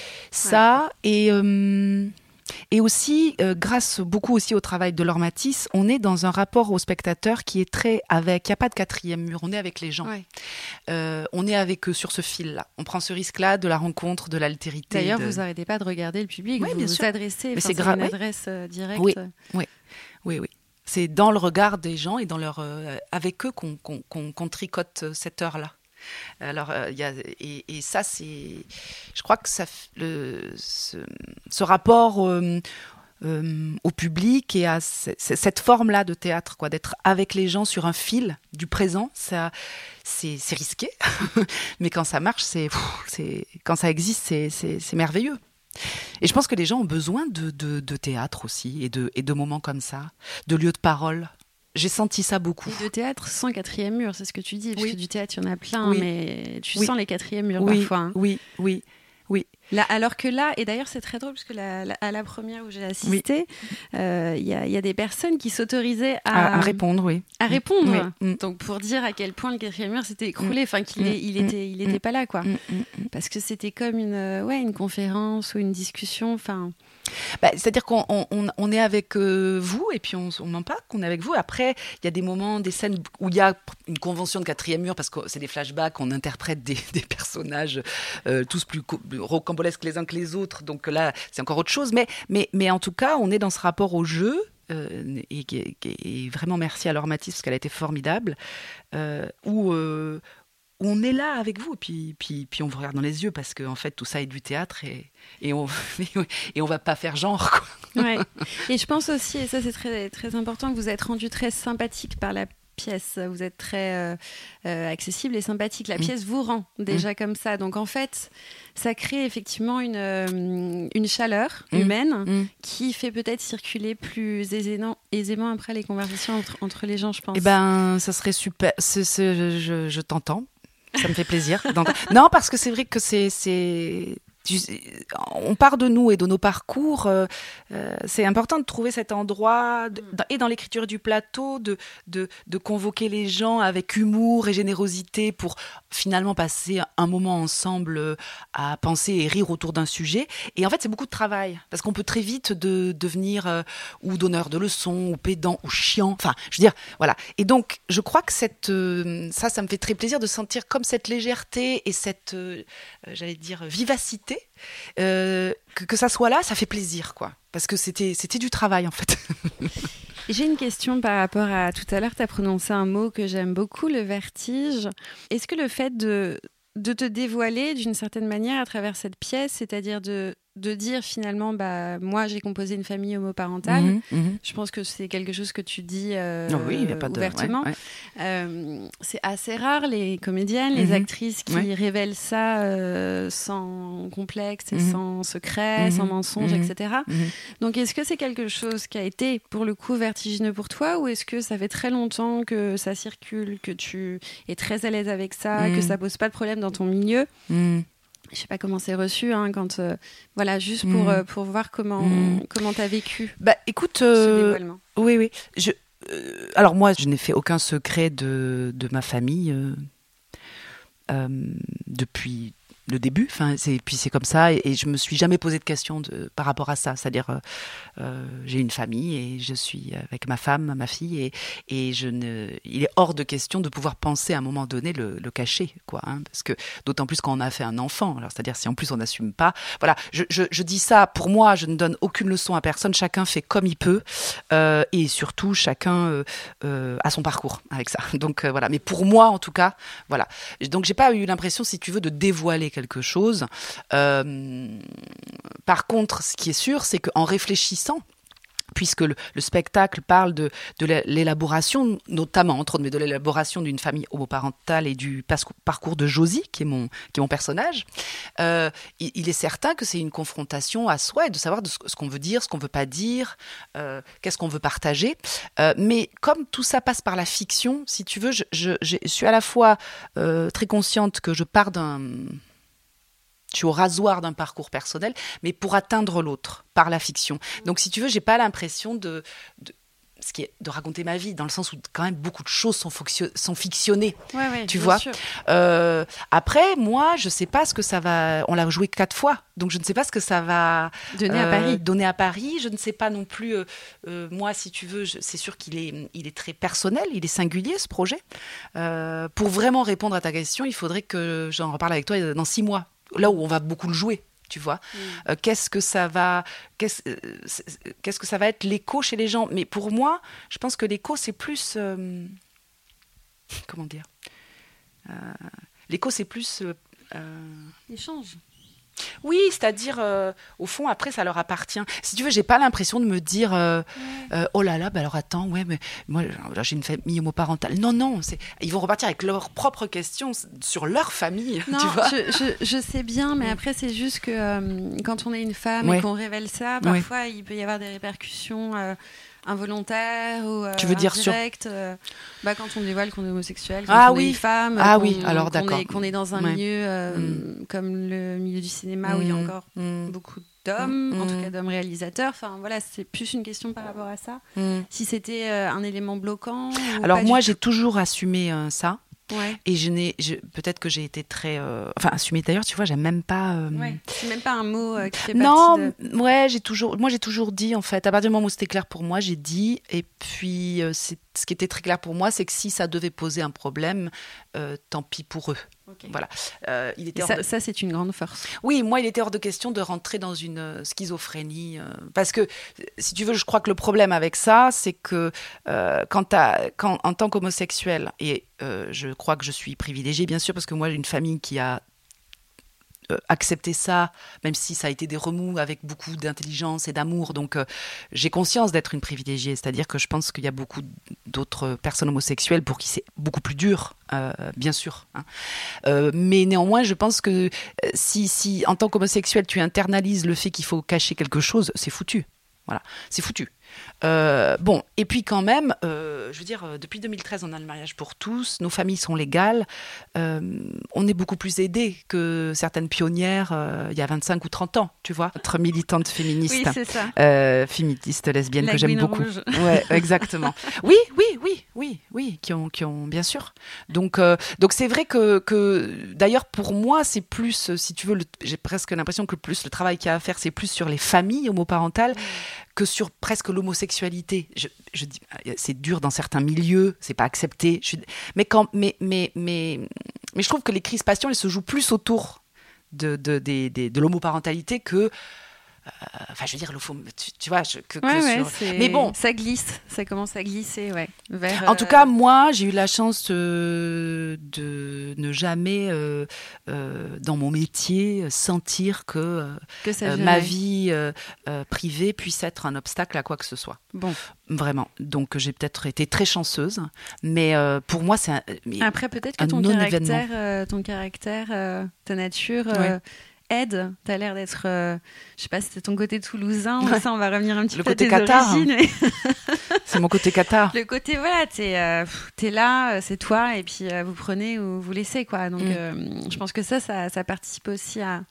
Speaker 2: ça et euh, et aussi euh, grâce beaucoup aussi au travail de Laure Matisse, on est dans un rapport au spectateur qui est très avec. Il n'y a pas de quatrième mur. On est avec les gens.
Speaker 1: Ouais.
Speaker 2: Euh, on est avec eux sur ce fil-là. On prend ce risque-là de la rencontre, de l'altérité.
Speaker 1: D'ailleurs,
Speaker 2: de...
Speaker 1: vous n'arrêtez pas de regarder le public,
Speaker 2: Oui,
Speaker 1: vous
Speaker 2: bien
Speaker 1: vous
Speaker 2: sûr.
Speaker 1: adressez,
Speaker 2: Mais
Speaker 1: enfin,
Speaker 2: c'est
Speaker 1: c'est
Speaker 2: gra-
Speaker 1: une
Speaker 2: oui.
Speaker 1: adresse euh, directe.
Speaker 2: Oui. Oui, oui. C'est dans le regard des gens et dans leur, euh, avec eux qu'on, qu'on, qu'on, qu'on tricote euh, cette heure-là. Alors, euh, y a, et, et ça, c'est. Je crois que ça, f- le, ce, ce rapport euh, euh, au public et à c- c- cette forme-là de théâtre, quoi, d'être avec les gens sur un fil du présent, ça, c'est, c'est risqué. Mais quand ça marche, c'est, pff, c'est, quand ça existe, c'est, c'est, c'est merveilleux. Et je pense que les gens ont besoin de, de, de théâtre aussi, et de, et de moments comme ça, de lieux de parole. J'ai senti ça beaucoup.
Speaker 1: Et de théâtre sans quatrième mur, c'est ce que tu dis, parce
Speaker 2: Oui.
Speaker 1: que du théâtre, il y en a plein,
Speaker 2: Oui.
Speaker 1: mais tu
Speaker 2: Oui.
Speaker 1: sens les quatrièmes murs
Speaker 2: Oui,
Speaker 1: parfois. hein.
Speaker 2: oui, oui, oui.
Speaker 1: Là, alors que là, et d'ailleurs c'est très drôle, parce que la, la- à la première où j'ai assisté, euh, il y, a, il y a des personnes qui s'autorisaient à,
Speaker 2: À, à répondre, oui.
Speaker 1: à répondre.
Speaker 2: Oui. Mm.
Speaker 1: Donc pour dire à quel point le quatrième mur s'était écroulé, enfin qu'il
Speaker 2: Mm.
Speaker 1: est- il
Speaker 2: Mm.
Speaker 1: était, il était
Speaker 2: Mm.
Speaker 1: pas là, quoi.
Speaker 2: Mm, mm, mm.
Speaker 1: Parce que c'était comme une, euh, ouais, une conférence ou une discussion, enfin...
Speaker 2: Bah, c'est-à-dire qu'on on, on- on est avec euh, vous et puis on ne ment pas qu'on est avec vous. Après, il y a des moments, des scènes où il y a une convention de quatrième mur parce que c'est des flashbacks, on interprète des, des personnages euh, tous plus co- rocambolesques les uns que les autres. Donc là, c'est encore autre chose. Mais, mais, mais en tout cas, on est dans ce rapport au jeu. Euh, et, et- et vraiment merci à Laure Matisse parce qu'elle a été formidable. Euh, où, euh, où on est là avec vous et puis, puis, puis on vous regarde dans les yeux parce que en fait tout ça est du théâtre et, et on et on va pas faire genre quoi.
Speaker 1: Ouais. Et je pense aussi, et ça c'est très, très important, que vous êtes rendu très sympathique par la pièce. Vous êtes très euh, euh, accessible et sympathique. La
Speaker 2: Mm.
Speaker 1: pièce vous rend déjà comme ça. Donc en fait, ça crée effectivement une, euh, une chaleur
Speaker 2: Mm.
Speaker 1: humaine
Speaker 2: Mm.
Speaker 1: qui fait peut-être circuler plus aisément, aisément après les conversations entre, entre les gens, je pense.
Speaker 2: Eh ben ça serait super. C'est- c'est- je, je, je t'entends. Ça me fait plaisir. d'entendre. Non parce que c'est vrai que c'est c'est on part de nous et de nos parcours. Euh, euh, c'est important de trouver cet endroit de, et dans l'écriture du plateau de, de de convoquer les gens avec humour et générosité pour finalement passer un moment ensemble à penser et rire autour d'un sujet. Et en fait, c'est beaucoup de travail parce qu'on peut très vite de devenir euh, ou donneur de leçons ou pédant ou chiant. Enfin, je veux dire, voilà. Et donc, je crois que cette euh, ça, ça me fait très plaisir de sentir comme cette légèreté et cette, euh, j'allais dire, vivacité, euh, que, que ça soit là, ça fait plaisir, quoi. Parce que c'était, c'était du travail, en fait.
Speaker 1: J'ai une question par rapport à tout à l'heure, tu as prononcé un mot que j'aime beaucoup, le vertige. Est-ce que le fait de, de te dévoiler d'une certaine manière à travers cette pièce, c'est-à-dire de, de dire finalement, bah, moi j'ai composé une famille homoparentale, mmh, mmh. je pense que c'est quelque chose que tu dis euh, oh oui, y a pas de, ouvertement. Ouais, ouais. Euh, c'est assez rare les comédiennes, mmh. les actrices qui ouais. révèlent ça euh, sans complexe, et mmh. sans secret, mmh. sans mensonge, mmh. et cetera. Mmh. Donc est-ce que c'est quelque chose qui a été pour le coup vertigineux pour toi, ou est-ce que ça fait très longtemps que ça circule, que tu es très à l'aise avec ça, mmh. que ça pose pas de problème dans ton milieu? mmh. Je sais pas comment c'est reçu, hein, quand euh, voilà, juste pour mmh. euh, pour voir comment mmh. comment t'as vécu.
Speaker 2: Bah, écoute, euh, ce dévoilement. Oui, oui. Je, euh, alors moi, je n'ai fait aucun secret de de ma famille euh, euh, depuis le début. Enfin, c'est puis c'est comme ça, et, et je me suis jamais posé de questions de, par rapport à ça. C'est-à-dire, euh, euh, j'ai une famille et je suis avec ma femme, ma fille, et et je ne, il est hors de question de pouvoir penser à un moment donné le, le cacher, quoi. Hein, parce que d'autant plus quand on a fait un enfant. Alors, c'est-à-dire si en plus on n'assume pas. Voilà, je, je je dis ça pour moi. Je ne donne aucune leçon à personne. Chacun fait comme il peut, euh, et surtout chacun euh, euh, a son parcours avec ça. Donc euh, voilà. Mais pour moi, en tout cas, voilà. Donc j'ai pas eu l'impression, si tu veux, de dévoiler quelque chose. Euh, par contre, ce qui est sûr, c'est qu'en réfléchissant, puisque le, le spectacle parle de, de l'élaboration, notamment, entre autres, mais de l'élaboration d'une famille homoparentale et du parcours de Josie, qui est mon, qui est mon personnage, euh, il, il est certain que c'est une confrontation à soi et de savoir de ce, ce qu'on veut dire, ce qu'on ne veut pas dire, euh, qu'est-ce qu'on veut partager. Euh, mais comme tout ça passe par la fiction, si tu veux, je, je, je suis à la fois euh, très consciente que je pars d'un... Je suis au rasoir d'un parcours personnel, mais pour atteindre l'autre, par la fiction. Donc, si tu veux, j'ai pas l'impression de, de, ce qui est, de raconter ma vie, dans le sens où quand même beaucoup de choses sont, fonctio- sont fictionnées,
Speaker 1: ouais, ouais,
Speaker 2: tu vois. Euh, après, moi, je sais pas ce que ça va... On l'a joué quatre fois, donc je ne sais pas ce que ça va
Speaker 1: donner, euh, à, Paris.
Speaker 2: donner à Paris. Je ne sais pas non plus... Euh, euh, moi, si tu veux, je, c'est sûr qu'il est, il est très personnel, il est singulier, ce projet. Euh, pour vraiment répondre à ta question, il faudrait que j'en reparle avec toi dans six mois. Là où on va beaucoup le jouer, tu vois. Mmh. Euh, qu'est-ce que ça va, qu'est-ce, euh, qu'est-ce que ça va être l'écho chez les gens? Mais pour moi, je pense que l'écho, c'est plus, euh, comment dire, euh, l'écho, c'est plus euh,
Speaker 1: l'échange.
Speaker 2: Oui, c'est-à-dire, euh, au fond, après, ça leur appartient. Si tu veux, j'ai pas l'impression de me dire, euh, ouais. euh, oh là là, bah alors attends, ouais, mais moi, j'ai une famille homoparentale. Non, non, c'est, ils vont repartir avec leurs propres questions sur leur famille,
Speaker 1: non,
Speaker 2: tu vois.
Speaker 1: Je, je, je sais bien, mais après, c'est juste que euh, quand on est une femme ouais. et qu'on révèle ça, parfois, ouais. il peut y avoir des répercussions euh, involontaires ou euh,
Speaker 2: tu veux dire
Speaker 1: indirectes.
Speaker 2: Sur...
Speaker 1: Euh, bah, quand on dévoile qu'on est homosexuel, quand
Speaker 2: ah,
Speaker 1: on
Speaker 2: oui.
Speaker 1: est une femme,
Speaker 2: ah,
Speaker 1: qu'on,
Speaker 2: oui. Alors,
Speaker 1: qu'on,
Speaker 2: d'accord.
Speaker 1: est, qu'on est dans un ouais. milieu euh, mm. comme le milieu du cinéma mm. où il y a encore mm. beaucoup d'hommes, mm. en tout cas d'hommes réalisateurs. Enfin, voilà, c'est plus une question par rapport à ça. Mm. Si c'était euh, un élément bloquant.
Speaker 2: Alors, moi, j'ai toujours assumé euh, ça.
Speaker 1: Ouais.
Speaker 2: Et je n'ai, je, peut-être que j'ai été très, euh, enfin assumé d'ailleurs. Tu vois, j'aime même pas. Euh...
Speaker 1: Ouais, c'est même pas un mot euh, qui fait
Speaker 2: non,
Speaker 1: partie de.
Speaker 2: Non, ouais, j'ai toujours, moi j'ai toujours dit en fait. À partir du moment où c'était clair pour moi, j'ai dit. Et puis, euh, c'est, ce qui était très clair pour moi, c'est que si ça devait poser un problème, euh, tant pis pour eux. Okay. Voilà.
Speaker 1: Euh, il était ça, de... ça, c'est une grande force.
Speaker 2: Oui, moi, il était hors de question de rentrer dans une euh, schizophrénie. Euh, parce que, si tu veux, je crois que le problème avec ça, c'est que euh, quand, quand en tant qu'homosexuel, et euh, je crois que je suis privilégiée, bien sûr, parce que moi, j'ai une famille qui a euh, accepté ça, même si ça a été des remous avec beaucoup d'intelligence et d'amour. Donc, euh, j'ai conscience d'être une privilégiée. C'est-à-dire que je pense qu'il y a beaucoup d'autres personnes homosexuelles pour qui c'est beaucoup plus dur. Euh, bien sûr. Hein. Euh, mais néanmoins, je pense que euh, si, si, en tant qu'homosexuel, tu internalises le fait qu'il faut cacher quelque chose, c'est foutu. Voilà, c'est foutu. Euh, bon, et puis quand même, euh, je veux dire, euh, depuis deux mille treize, on a le mariage pour tous, nos familles sont légales, euh, on est beaucoup plus aidés que certaines pionnières euh, il y a vingt-cinq ou trente ans, tu vois. Notre militante féministe,
Speaker 1: Oui, c'est ça.
Speaker 2: euh, féministe lesbienne
Speaker 1: La
Speaker 2: que j'aime
Speaker 1: Gouine
Speaker 2: beaucoup.
Speaker 1: rouge.
Speaker 2: Ouais, exactement. Oui, oui, oui, oui, oui, qui ont, qui ont, bien sûr. Donc, euh, donc c'est vrai que, que, d'ailleurs, pour moi, c'est plus, si tu veux, le, j'ai presque l'impression que plus le travail qu'il y a à faire, c'est plus sur les familles homoparentales que sur presque l'homosexualité. Je, je dis, c'est dur dans certains milieux, c'est pas accepté. Je suis, mais quand, mais, mais, mais, mais je trouve que les crispations, elles se jouent plus autour de, de, de, de, de l'homoparentalité que enfin, je veux dire, le faux, tu, tu vois, je, que,
Speaker 1: Ouais,
Speaker 2: que
Speaker 1: ouais,
Speaker 2: sur...
Speaker 1: c'est...
Speaker 2: Mais bon,
Speaker 1: ça glisse, ça commence à glisser, ouais. Vers,
Speaker 2: en tout
Speaker 1: euh,
Speaker 2: cas, moi, j'ai eu la chance euh, de ne jamais, euh, euh, dans mon métier, sentir que, euh,
Speaker 1: que ça
Speaker 2: euh,
Speaker 1: gênait.
Speaker 2: ma vie euh, euh, privée puisse être un obstacle à quoi que ce soit.
Speaker 1: Bon.
Speaker 2: Vraiment. Donc, j'ai peut-être été très chanceuse, mais euh, pour moi, c'est un, mais
Speaker 1: Après, peut-être que
Speaker 2: un
Speaker 1: ton
Speaker 2: non-événement.
Speaker 1: caractère, euh, ton caractère, euh, ta nature. Euh,
Speaker 2: Ouais.
Speaker 1: aide, t'as l'air d'être, euh, je sais pas, c'était ton côté toulousain,
Speaker 2: Ouais.
Speaker 1: ça on va revenir un petit
Speaker 2: Le
Speaker 1: peu
Speaker 2: côté
Speaker 1: à tes
Speaker 2: cathare,
Speaker 1: origines. mais
Speaker 2: C'est mon côté cata.
Speaker 1: Le côté, voilà, t'es, euh, pff, t'es là, euh, c'est toi, et puis euh, vous prenez ou vous laissez, quoi. Donc
Speaker 2: Mm.
Speaker 1: euh, je pense que ça, ça, ça participe aussi à,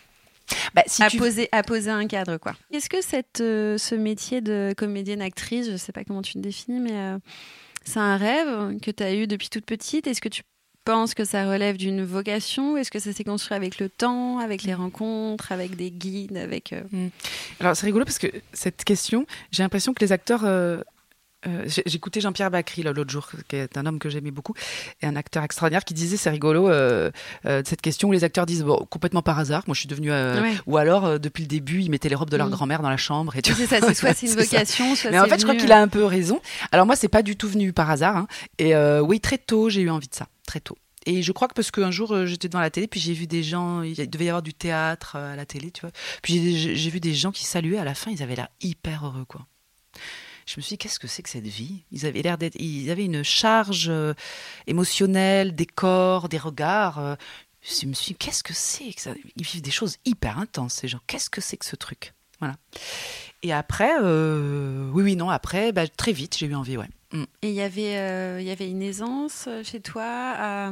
Speaker 2: Bah, si
Speaker 1: à,
Speaker 2: tu...
Speaker 1: poser, à poser un cadre, quoi. Est-ce que cette, euh, ce métier de comédienne-actrice, je sais pas comment tu le définis, mais euh, c'est un rêve que t'as eu depuis toute petite? Est-ce que tu penses que ça relève d'une vocation? Est-ce que ça s'est construit avec le temps, avec les rencontres, avec des guides, avec... euh...
Speaker 2: Mm. Alors, c'est rigolo parce que cette question, j'ai l'impression que les acteurs... Euh... Euh, j'écoutais Jean-Pierre Bacry là, l'autre jour, qui est un homme que j'aimais beaucoup, et un acteur extraordinaire qui disait, c'est rigolo, euh, euh, cette question où les acteurs disent, bon, complètement par hasard, moi je suis devenue... Euh,
Speaker 1: Ouais.
Speaker 2: Ou alors, euh, depuis le début, ils mettaient les robes de leur
Speaker 1: Mm.
Speaker 2: grand-mère dans la chambre. Et tu
Speaker 1: C'est ça, c'est soit c'est une
Speaker 2: C'est ça.
Speaker 1: vocation, soit
Speaker 2: Mais
Speaker 1: c'est
Speaker 2: en fait, je crois
Speaker 1: venu,
Speaker 2: qu'il a un peu raison. Alors moi, c'est pas du tout venu par hasard. Hein. Et euh, oui, très tôt, j'ai eu envie de ça, très tôt. Et je crois que parce qu'un jour, euh, j'étais devant la télé, puis j'ai vu des gens, il devait y avoir du théâtre euh, à la télé, tu vois. Puis j'ai, j'ai vu des gens qui saluaient, à la fin, ils avaient l'air hyper heureux, quoi. Je me suis dit, qu'est-ce que c'est que cette vie ? Ils avaient l'air d'être, ils avaient une charge euh, émotionnelle, des corps, des regards. Euh, je me suis dit, qu'est-ce que c'est que ça ? Ils vivent des choses hyper intenses, ces gens. Qu'est-ce que c'est que ce truc ? Voilà. Et après, euh, oui, oui, non, après, bah, très vite, j'ai eu envie, ouais. Mm.
Speaker 1: Et il y avait, euh, il y avait une aisance euh, chez toi à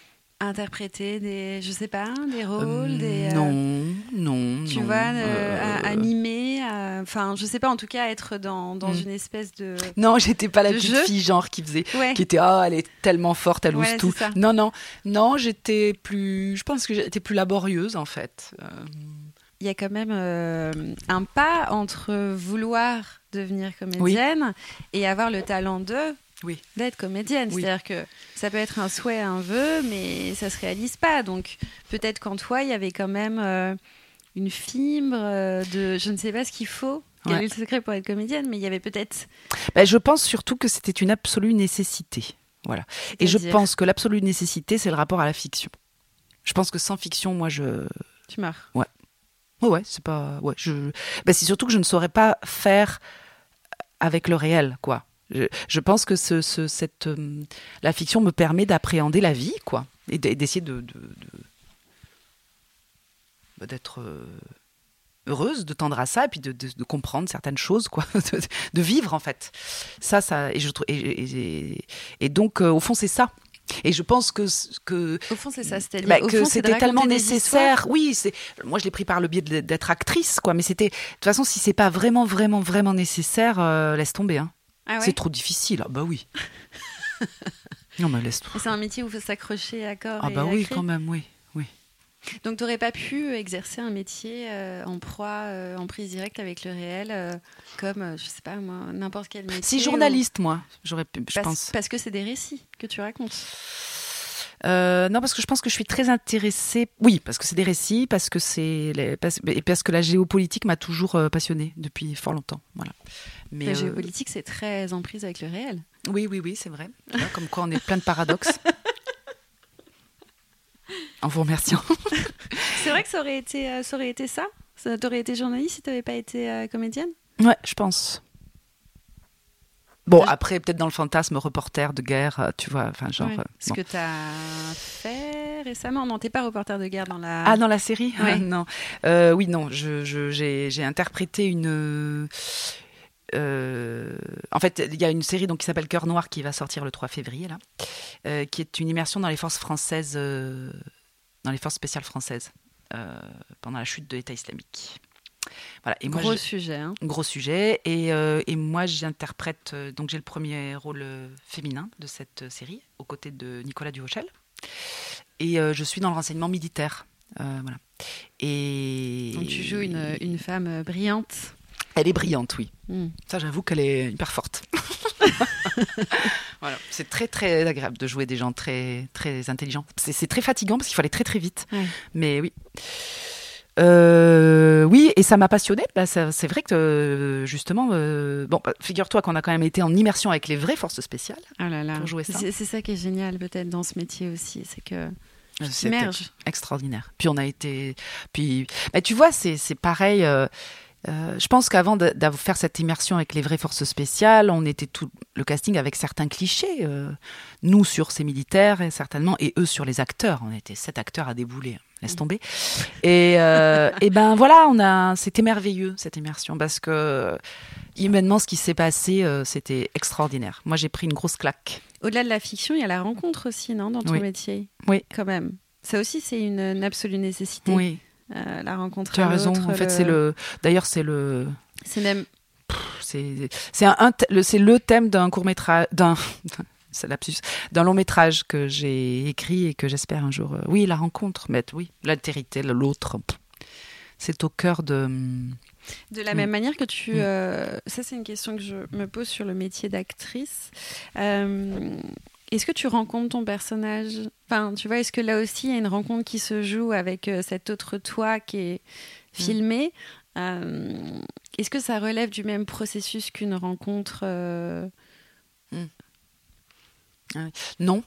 Speaker 1: interpréter des, je sais pas, des rôles,
Speaker 2: Euh,
Speaker 1: des... euh,
Speaker 2: non, non,
Speaker 1: Tu
Speaker 2: non.
Speaker 1: vois, euh,
Speaker 2: euh,
Speaker 1: à animer, à- enfin, je sais pas, en tout cas, être dans, dans
Speaker 2: Mm.
Speaker 1: une espèce de...
Speaker 2: Non, j'étais pas la
Speaker 1: de
Speaker 2: petite
Speaker 1: jeu.
Speaker 2: fille genre qui faisait,
Speaker 1: Ouais.
Speaker 2: qui était ah elle est tellement forte, elle ose
Speaker 1: Ouais,
Speaker 2: tout.
Speaker 1: c'est ça.
Speaker 2: Non, non, non, j'étais plus, je pense que j'étais plus laborieuse en fait. Euh,
Speaker 1: Il y a quand même euh, un pas entre vouloir devenir comédienne et avoir le talent de
Speaker 2: Oui.
Speaker 1: d'être comédienne.
Speaker 2: Oui.
Speaker 1: C'est-à-dire que ça peut être un souhait, un vœu, mais ça se réalise pas. Donc peut-être qu'en toi, il y avait quand même euh, une fibre euh, de... Je ne sais pas ce qu'il faut. Quel
Speaker 2: Ouais.
Speaker 1: est le secret pour être comédienne, mais il y avait peut-être...
Speaker 2: Ben, je pense surtout que c'était une absolue nécessité. Voilà. Et je
Speaker 1: C'est-à-dire
Speaker 2: pense que l'absolue nécessité, c'est le rapport à la fiction. Je pense que sans fiction, moi, je...
Speaker 1: Tu meurs.
Speaker 2: Ouais, ouais, c'est pas... Ouais, je... ben, c'est surtout que je ne saurais pas faire avec le réel, quoi. Je, je pense que ce, ce, cette, euh, la fiction me permet d'appréhender la vie, quoi. Et d'essayer de... de, de... d'être... Euh... heureuse, de tendre à ça, et puis de, de, de comprendre certaines choses, quoi, de, de vivre en fait. Ça, ça, et je trouve, et, et, et, et donc euh, au fond c'est ça. Et je pense que que
Speaker 1: Au fond, c'est ça. C'est-à-dire,
Speaker 2: bah,
Speaker 1: au
Speaker 2: que
Speaker 1: fond, c'est de
Speaker 2: c'était tellement
Speaker 1: raconter des
Speaker 2: nécessaire.
Speaker 1: histoires.
Speaker 2: Oui, c'est. Moi, je l'ai pris par le biais de, d'être actrice, quoi. Mais c'était. De toute façon, si c'est pas vraiment, vraiment, vraiment nécessaire, euh, laisse tomber. Hein.
Speaker 1: Ah ouais.
Speaker 2: C'est trop difficile. Ah bah oui. Non, mais laisse.
Speaker 1: Et c'est un métier où il faut s'accrocher à corps
Speaker 2: Ah
Speaker 1: et
Speaker 2: bah
Speaker 1: à
Speaker 2: oui,
Speaker 1: cri.
Speaker 2: quand même, oui, oui.
Speaker 1: Donc, tu n'aurais pas pu exercer un métier euh, en proie, euh, en prise directe avec le réel, euh, comme, euh, je sais pas moi, n'importe quel métier.
Speaker 2: Si journaliste, moi, j'aurais pu, je
Speaker 1: Parce,
Speaker 2: pense.
Speaker 1: parce que c'est des récits que tu racontes.
Speaker 2: Euh, non, parce que je pense que je suis très intéressée. Oui, parce que c'est des récits, parce que c'est les... parce... et parce que la géopolitique m'a toujours euh, passionnée depuis fort longtemps. Voilà. Mais
Speaker 1: La
Speaker 2: euh...
Speaker 1: géopolitique, c'est très en prise avec le réel.
Speaker 2: Oui, oui, oui, c'est vrai. Tu vois, comme quoi, on est plein de paradoxes. En vous remerciant.
Speaker 1: C'est vrai que ça aurait été, euh, ça aurait été ça. Ça t'aurais été journaliste si t'avais pas été euh, comédienne.
Speaker 2: Ouais, je pense. Bon,
Speaker 1: Je-
Speaker 2: après, peut-être dans le fantasme reporter de guerre, euh, tu vois, enfin, genre.
Speaker 1: Ouais.
Speaker 2: euh,
Speaker 1: Ce
Speaker 2: bon.
Speaker 1: que t'as fait récemment. Non, t'es pas reporter de guerre dans la.
Speaker 2: Ah, dans la série
Speaker 1: Ouais.
Speaker 2: Ah, non. Euh, oui, non, je, je, j'ai, j'ai interprété une, euh, en fait, il y a une série donc, qui s'appelle Cœur Noir qui va sortir le trois février, là, euh, qui est une immersion dans les forces françaises, euh, dans les forces spéciales françaises, euh, pendant la chute de l'État islamique. Voilà. Et moi,
Speaker 1: gros
Speaker 2: je,
Speaker 1: sujet. Hein.
Speaker 2: Gros sujet. Et, euh, et moi, j'interprète, euh, donc j'ai le premier rôle féminin de cette série, aux côtés de Nicolas Duhochel. Et euh, je suis dans le renseignement militaire. Euh, voilà. Et...
Speaker 1: Donc tu joues une, une femme brillante.
Speaker 2: Elle est brillante, oui.
Speaker 1: Mm.
Speaker 2: Ça, j'avoue qu'elle est hyper forte. Voilà. C'est très, très agréable de jouer des gens très, très intelligents. C'est, c'est très fatigant parce qu'il faut aller très, très vite.
Speaker 1: Ouais.
Speaker 2: Mais oui. Euh, oui, et ça m'a passionnée. Bah, ça, c'est vrai que, euh, justement, euh, bon, bah, figure-toi qu'on a quand même été en immersion avec les vraies forces spéciales
Speaker 1: oh là là.
Speaker 2: pour jouer ça.
Speaker 1: C'est, c'est ça qui est génial, peut-être, dans ce métier aussi. C'est que tu
Speaker 2: C'était
Speaker 1: t'immerges.
Speaker 2: extraordinaire. Puis on a été... Puis, bah, tu vois, c'est, c'est pareil... Euh, Euh, je pense qu'avant de, de faire cette immersion avec les vraies forces spéciales, on était tout le casting avec certains clichés. Euh, nous sur ces militaires, et certainement, et eux sur les acteurs. On était sept acteurs à débouler. Laisse tomber. Et, euh, et ben voilà, on a, c'était merveilleux cette immersion parce que humainement, ce qui s'est passé, euh, c'était extraordinaire. Moi, j'ai pris une grosse claque.
Speaker 1: Au-delà de la fiction, il y a la rencontre aussi, non, dans ton
Speaker 2: Oui.
Speaker 1: métier.
Speaker 2: Oui.
Speaker 1: Quand même. Ça aussi, c'est une, une absolue nécessité.
Speaker 2: Oui.
Speaker 1: Euh, la rencontre.
Speaker 2: Tu as
Speaker 1: à
Speaker 2: raison.
Speaker 1: l'autre,
Speaker 2: En fait,
Speaker 1: le...
Speaker 2: c'est le. D'ailleurs, c'est le.
Speaker 1: C'est même.
Speaker 2: C'est c'est un, un le, c'est le thème d'un court métrage d'un. C'est lapsus, d'un long métrage que j'ai écrit et que j'espère un jour. Euh, oui, la rencontre, mais oui, l'altérité, l'autre, c'est au cœur de.
Speaker 1: De la
Speaker 2: Mm.
Speaker 1: même manière que tu...
Speaker 2: Mm.
Speaker 1: Euh, ça, c'est une question que je me pose sur le métier d'actrice. Euh, est-ce que tu rencontres ton personnage ? Enfin, tu vois, est-ce que là aussi, il y a une rencontre qui se joue avec euh, cet autre toi qui est filmé ? Mm. euh, Est-ce que ça relève du même processus qu'une rencontre euh...
Speaker 2: mm. ah oui. Non.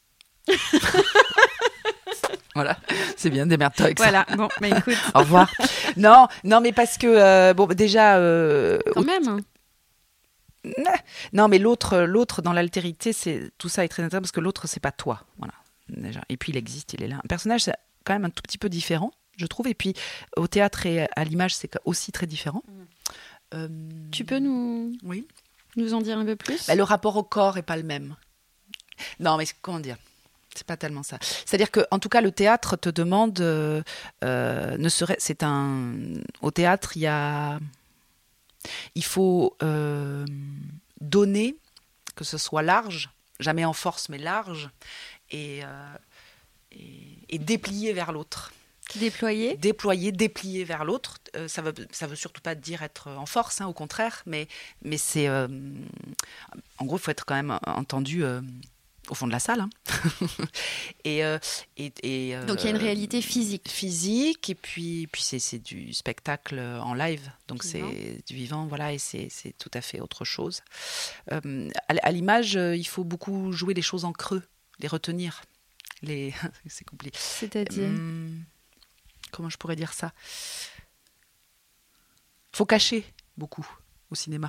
Speaker 2: Voilà, c'est bien, démerde-toi avec
Speaker 1: voilà.
Speaker 2: ça.
Speaker 1: Voilà, bon, bah écoute.
Speaker 2: Au revoir. Non, non, mais parce que, euh, bon, déjà... Euh,
Speaker 1: Quand même, hein.
Speaker 2: Non, mais l'autre, l'autre dans l'altérité, c'est tout ça est très intéressant parce que l'autre, c'est pas toi, voilà. Déjà. Et puis il existe, il est là. Un personnage, c'est quand même un tout petit peu différent, je trouve. Et puis au théâtre et à l'image, c'est aussi très différent.
Speaker 1: Mmh.
Speaker 2: Euh...
Speaker 1: Tu peux nous,
Speaker 2: oui.
Speaker 1: nous en dire un peu plus ?
Speaker 2: Bah, le rapport au corps est pas le même. Non, mais comment dire ? C'est pas tellement ça. C'est-à-dire que, en tout cas, le théâtre te demande, euh, euh, ne serait, c'est un, au théâtre, il y a, il faut euh, donner, que ce soit large, jamais en force, mais large, et, euh, et, et déplier vers l'autre.
Speaker 1: Déployer.
Speaker 2: Déployer, déplier vers l'autre. Euh, ça veut, ça veut surtout pas dire être en force, hein, au contraire, mais, mais c'est, euh, en gros, il faut être quand même entendu. Euh, au fond de la salle. Hein. et, euh, et, et, euh,
Speaker 1: donc, il y a une réalité physique.
Speaker 2: Physique, et puis, puis c'est, c'est du spectacle en live. Donc,
Speaker 1: Vivant.
Speaker 2: C'est du vivant, voilà, et c'est, c'est tout à fait autre chose. Euh, à, à l'image, il faut beaucoup jouer les choses en creux, les retenir. Les... c'est compliqué.
Speaker 1: C'est-à-dire
Speaker 2: hum, comment je pourrais dire ça ? Il faut cacher beaucoup au cinéma.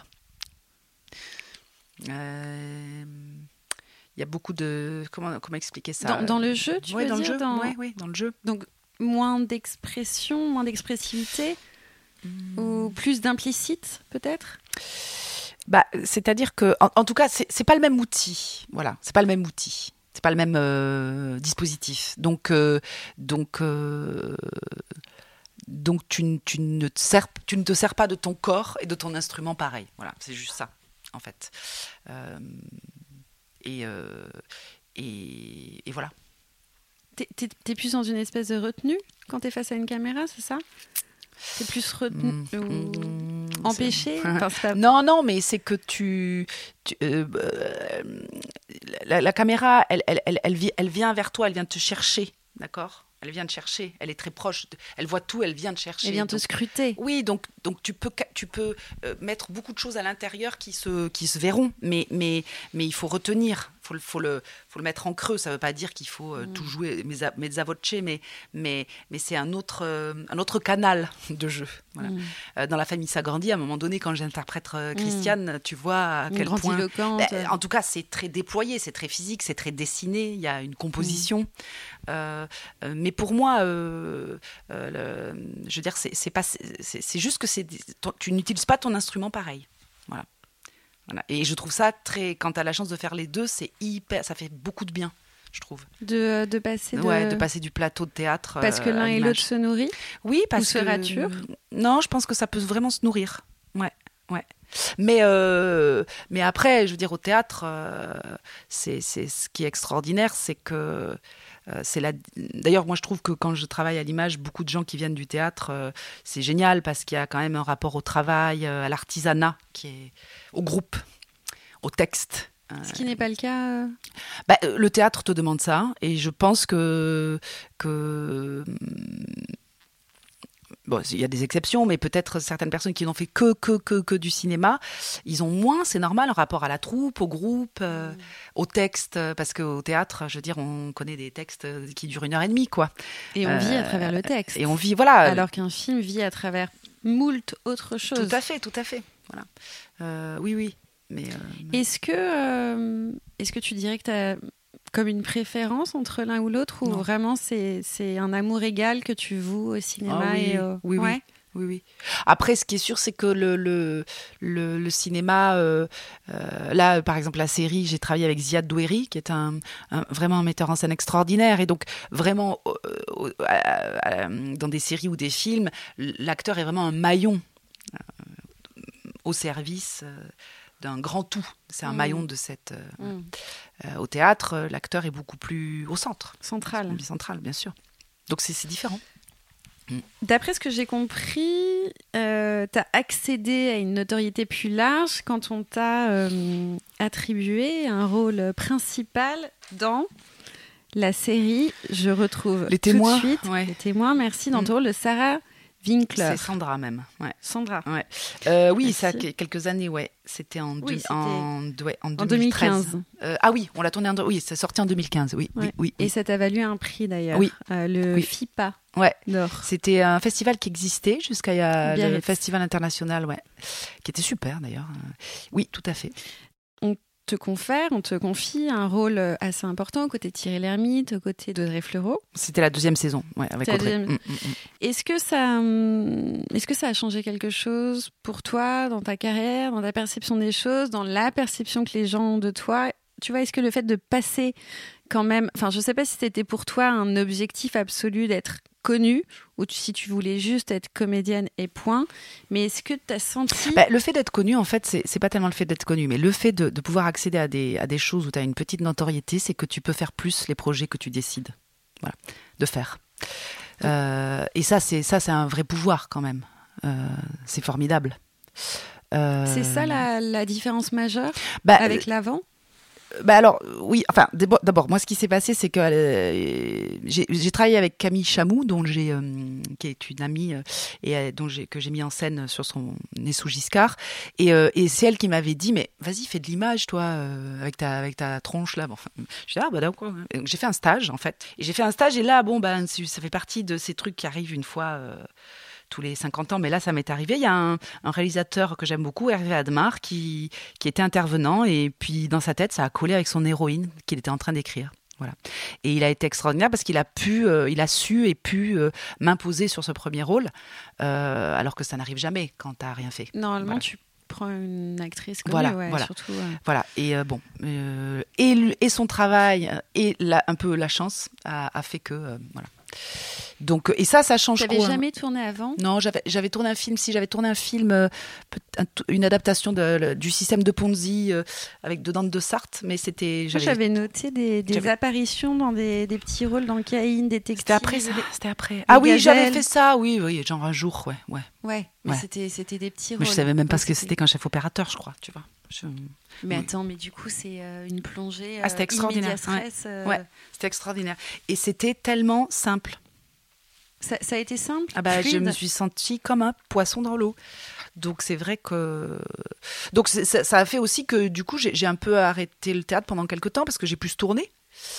Speaker 2: Euh... Il y a beaucoup de... Comment, comment expliquer ça ?
Speaker 1: Dans, dans le jeu, tu
Speaker 2: ouais,
Speaker 1: veux
Speaker 2: dans
Speaker 1: dire
Speaker 2: le jeu.
Speaker 1: dans...
Speaker 2: Oui, ouais, dans le jeu.
Speaker 1: Donc, moins d'expression, moins d'expressivité mmh. Ou plus d'implicite, peut-être ?
Speaker 2: Bah, c'est-à-dire que, en, en tout cas, c'est, c'est pas le même outil. Voilà, c'est pas le même outil. C'est pas le même euh, dispositif. Donc, euh, donc, euh, donc tu, tu, ne te sers, tu ne te sers pas de ton corps et de ton instrument pareil. Voilà, c'est juste ça, en fait. Euh, Et, euh, et, et voilà.
Speaker 1: T'es, t'es, t'es plus dans une espèce de retenue quand t'es face à une caméra, c'est ça ? T'es plus retenue mmh, ou mmh, empêchée enfin, pas...
Speaker 2: Non, non, mais c'est que tu... tu euh, euh, la, la caméra, elle, elle, elle, elle, vient, elle vient vers toi, elle vient te chercher, d'accord ? Elle vient te chercher, elle est très proche, de, elle voit tout, elle vient te chercher.
Speaker 1: Elle vient
Speaker 2: donc,
Speaker 1: te scruter.
Speaker 2: Oui, donc, donc tu peux, tu peux euh, mettre beaucoup de choses à l'intérieur qui se, qui se verront, mais, mais, mais il faut retenir, il faut, faut, le, faut le mettre en creux. Ça ne veut pas dire qu'il faut euh, mmh. tout jouer mezza voce, mais, mais, mais c'est un autre, euh, un autre canal de jeu. Voilà. Mmh. Euh, dans La famille s'agrandit, à un moment donné, quand j'interprète euh, Christiane, mmh. tu vois à quel point... Bah, en tout cas, c'est très déployé, c'est très physique, c'est très dessiné, il y a une composition. Mmh. Euh, euh, mais pour moi, euh, euh, le, je veux dire, c'est, c'est, pas, c'est, c'est juste que c'est, ton, tu n'utilises pas ton instrument pareil. Voilà. Voilà. Et je trouve ça très. Quand tu as la chance de faire les deux, c'est hyper. Ça fait beaucoup de bien, je trouve.
Speaker 1: De, de passer de...
Speaker 2: Ouais, de passer du plateau de théâtre.
Speaker 1: Parce que
Speaker 2: euh,
Speaker 1: l'un et l'autre se nourrit.
Speaker 2: Oui, parce
Speaker 1: Ou se
Speaker 2: que.
Speaker 1: rature.
Speaker 2: Non, je pense que ça peut vraiment se nourrir. Ouais, ouais. Mais, euh, mais après, je veux dire, au théâtre, euh, c'est, c'est ce qui est extraordinaire, c'est que. Euh, c'est la... D'ailleurs, moi, je trouve que quand je travaille à l'image, beaucoup de gens qui viennent du théâtre, euh, c'est génial parce qu'il y a quand même un rapport au travail, euh, à l'artisanat, qui est au groupe, au texte.
Speaker 1: Ce qui n'est pas le cas. Euh...
Speaker 2: Bah, le théâtre te demande ça, et je pense que que bon, il y a des exceptions, mais peut-être certaines personnes qui n'ont fait que, que, que, que du cinéma, ils ont moins, c'est normal, un rapport à la troupe, au groupe, euh, mmh. au texte, parce qu'au théâtre, je veux dire, on connaît des textes qui durent une heure et demie, quoi.
Speaker 1: Et on euh, vit à travers le texte.
Speaker 2: Et on vit, voilà.
Speaker 1: Alors qu'un film vit à travers moult autres choses.
Speaker 2: Tout à fait, tout à fait. Voilà. Euh, oui, oui. Mais, euh...
Speaker 1: Est-ce que, euh, est-ce que tu dirais que tu as comme une préférence entre l'un ou l'autre, ou non. Vraiment c'est, c'est un amour égal que tu voues au cinéma?
Speaker 2: Ah oui,
Speaker 1: et au...
Speaker 2: oui,
Speaker 1: ouais.
Speaker 2: oui, oui, oui. Après, ce qui est sûr, c'est que le, le, le, le cinéma, euh, euh, là, par exemple, la série, j'ai travaillé avec Ziad Doueri, qui est un, un, vraiment un metteur en scène extraordinaire, et donc vraiment, euh, euh, euh, dans des séries ou des films, l'acteur est vraiment un maillon euh, au service euh, d'un grand tout. C'est un mmh. maillon de cette... Euh, mmh. euh, au théâtre, l'acteur est beaucoup plus au centre.
Speaker 1: Central.
Speaker 2: Central, bien sûr. Donc c'est, c'est différent.
Speaker 1: Mmh. D'après ce que j'ai compris, euh, tu as accédé à une notoriété plus large quand on t'a euh, attribué un rôle principal dans la série, je retrouve
Speaker 2: Les témoins,
Speaker 1: tout de suite,
Speaker 2: ouais.
Speaker 1: Les témoins, merci, dans mmh. ton rôle de Sarah Winkler.
Speaker 2: C'est Sandra même. Ouais.
Speaker 1: Sandra.
Speaker 2: Ouais. Euh, oui, Merci. Ça a quelques années, ouais. C'était en,
Speaker 1: oui,
Speaker 2: deux,
Speaker 1: c'était
Speaker 2: en, ouais, en,
Speaker 1: en deux mille quinze.
Speaker 2: Euh, ah oui, on l'a tourné en... Oui, c'est sorti en deux mille quinze, oui.
Speaker 1: Ouais.
Speaker 2: oui, oui
Speaker 1: Et
Speaker 2: oui.
Speaker 1: ça t'a valu un prix d'ailleurs.
Speaker 2: Oui.
Speaker 1: Euh, le
Speaker 2: oui.
Speaker 1: FIPA
Speaker 2: ouais.
Speaker 1: d'or.
Speaker 2: C'était un festival qui existait jusqu'à il y a
Speaker 1: Biarritz.
Speaker 2: Le Festival international, ouais. Qui était super d'ailleurs. Oui, tout à fait.
Speaker 1: On te confère, on te confie un rôle assez important aux côtés de Thierry Lhermitte, aux côtés d'Audrey Fleurot.
Speaker 2: C'était la deuxième saison, ouais, avec Audrey. Deuxième... Mmh, mmh.
Speaker 1: Est-ce que ça, est-ce que ça a changé quelque chose pour toi dans ta carrière, dans ta perception des choses, dans la perception que les gens ont de toi? Tu vois, est-ce que le fait de passer quand même, enfin, je sais pas si c'était pour toi un objectif absolu d'être connue, ou si tu voulais juste être comédienne et point, mais est-ce que tu as senti...
Speaker 2: Bah, le fait d'être connue, en fait, c'est, c'est pas tellement le fait d'être connue, mais le fait de, de pouvoir accéder à des, à des choses où tu as une petite notoriété, c'est que tu peux faire plus les projets que tu décides voilà, de faire. Ouais. Euh, et ça c'est, ça, c'est un vrai pouvoir quand même. Euh, c'est formidable.
Speaker 1: Euh... C'est ça la, la différence majeure
Speaker 2: bah,
Speaker 1: avec l'avant?
Speaker 2: Bah alors oui, enfin d'abord moi ce qui s'est passé c'est que euh, j'ai, j'ai travaillé avec Camille Chamou dont j'ai euh, qui est une amie euh, et euh, dont j'ai que j'ai mis en scène sur son Né sous Giscard et euh, et c'est elle qui m'avait dit mais vas-y fais de l'image toi euh, avec ta avec ta tronche là bon enfin, je dis ah bah d'accord. Donc, j'ai fait un stage en fait et j'ai fait un stage et là bon bah ça fait partie de ces trucs qui arrivent une fois euh, tous les cinquante ans, mais là, ça m'est arrivé. Il y a un, un réalisateur que j'aime beaucoup, Hervé Admar, qui, qui était intervenant, et puis dans sa tête, ça a collé avec son héroïne qu'il était en train d'écrire. Voilà. Et il a été extraordinaire parce qu'il a pu, euh, il a su et pu euh, m'imposer sur ce premier rôle, euh, alors que ça n'arrive jamais quand t'as rien fait.
Speaker 1: Normalement,
Speaker 2: voilà.
Speaker 1: tu prends une actrice connue,
Speaker 2: voilà,
Speaker 1: ouais,
Speaker 2: voilà.
Speaker 1: surtout. Ouais.
Speaker 2: Voilà. Et euh, bon, euh, et, et son travail et la, un peu la chance a, a fait que, euh, voilà. Donc et ça ça change.
Speaker 1: T'avais
Speaker 2: quoi,
Speaker 1: jamais
Speaker 2: hein.
Speaker 1: tourné avant?
Speaker 2: Non, j'avais j'avais tourné un film. Si j'avais tourné un film, euh, une adaptation de, le, du système de Ponzi euh, avec dedans de Sarthe, mais c'était.
Speaker 1: J'avais, Moi, j'avais noté des, des j'avais... apparitions dans des, des petits rôles dans Caïn, des textiles.
Speaker 2: C'était après ça. Des... C'était après. Ah oui, gazelles. J'avais fait ça. Oui, oui, genre un jour, ouais, ouais.
Speaker 1: Ouais, mais
Speaker 2: ouais.
Speaker 1: c'était c'était des petits rôles.
Speaker 2: Mais je savais même pas
Speaker 1: ouais,
Speaker 2: ce que c'était qu'un chef opérateur, je crois. Tu vois. Je...
Speaker 1: Mais oui. Attends, mais du coup, c'est euh, une plongée. Euh,
Speaker 2: ah, c'était extraordinaire.
Speaker 1: Stress, euh...
Speaker 2: Ouais, c'était extraordinaire. Et c'était tellement simple.
Speaker 1: Ça, ça a été simple.
Speaker 2: Ah bah,
Speaker 1: fluide.
Speaker 2: Je me suis sentie comme un poisson dans l'eau. Donc c'est vrai que donc c'est, ça, ça a fait aussi que du coup j'ai, j'ai un peu arrêté le théâtre pendant quelques temps parce que j'ai pu se tourner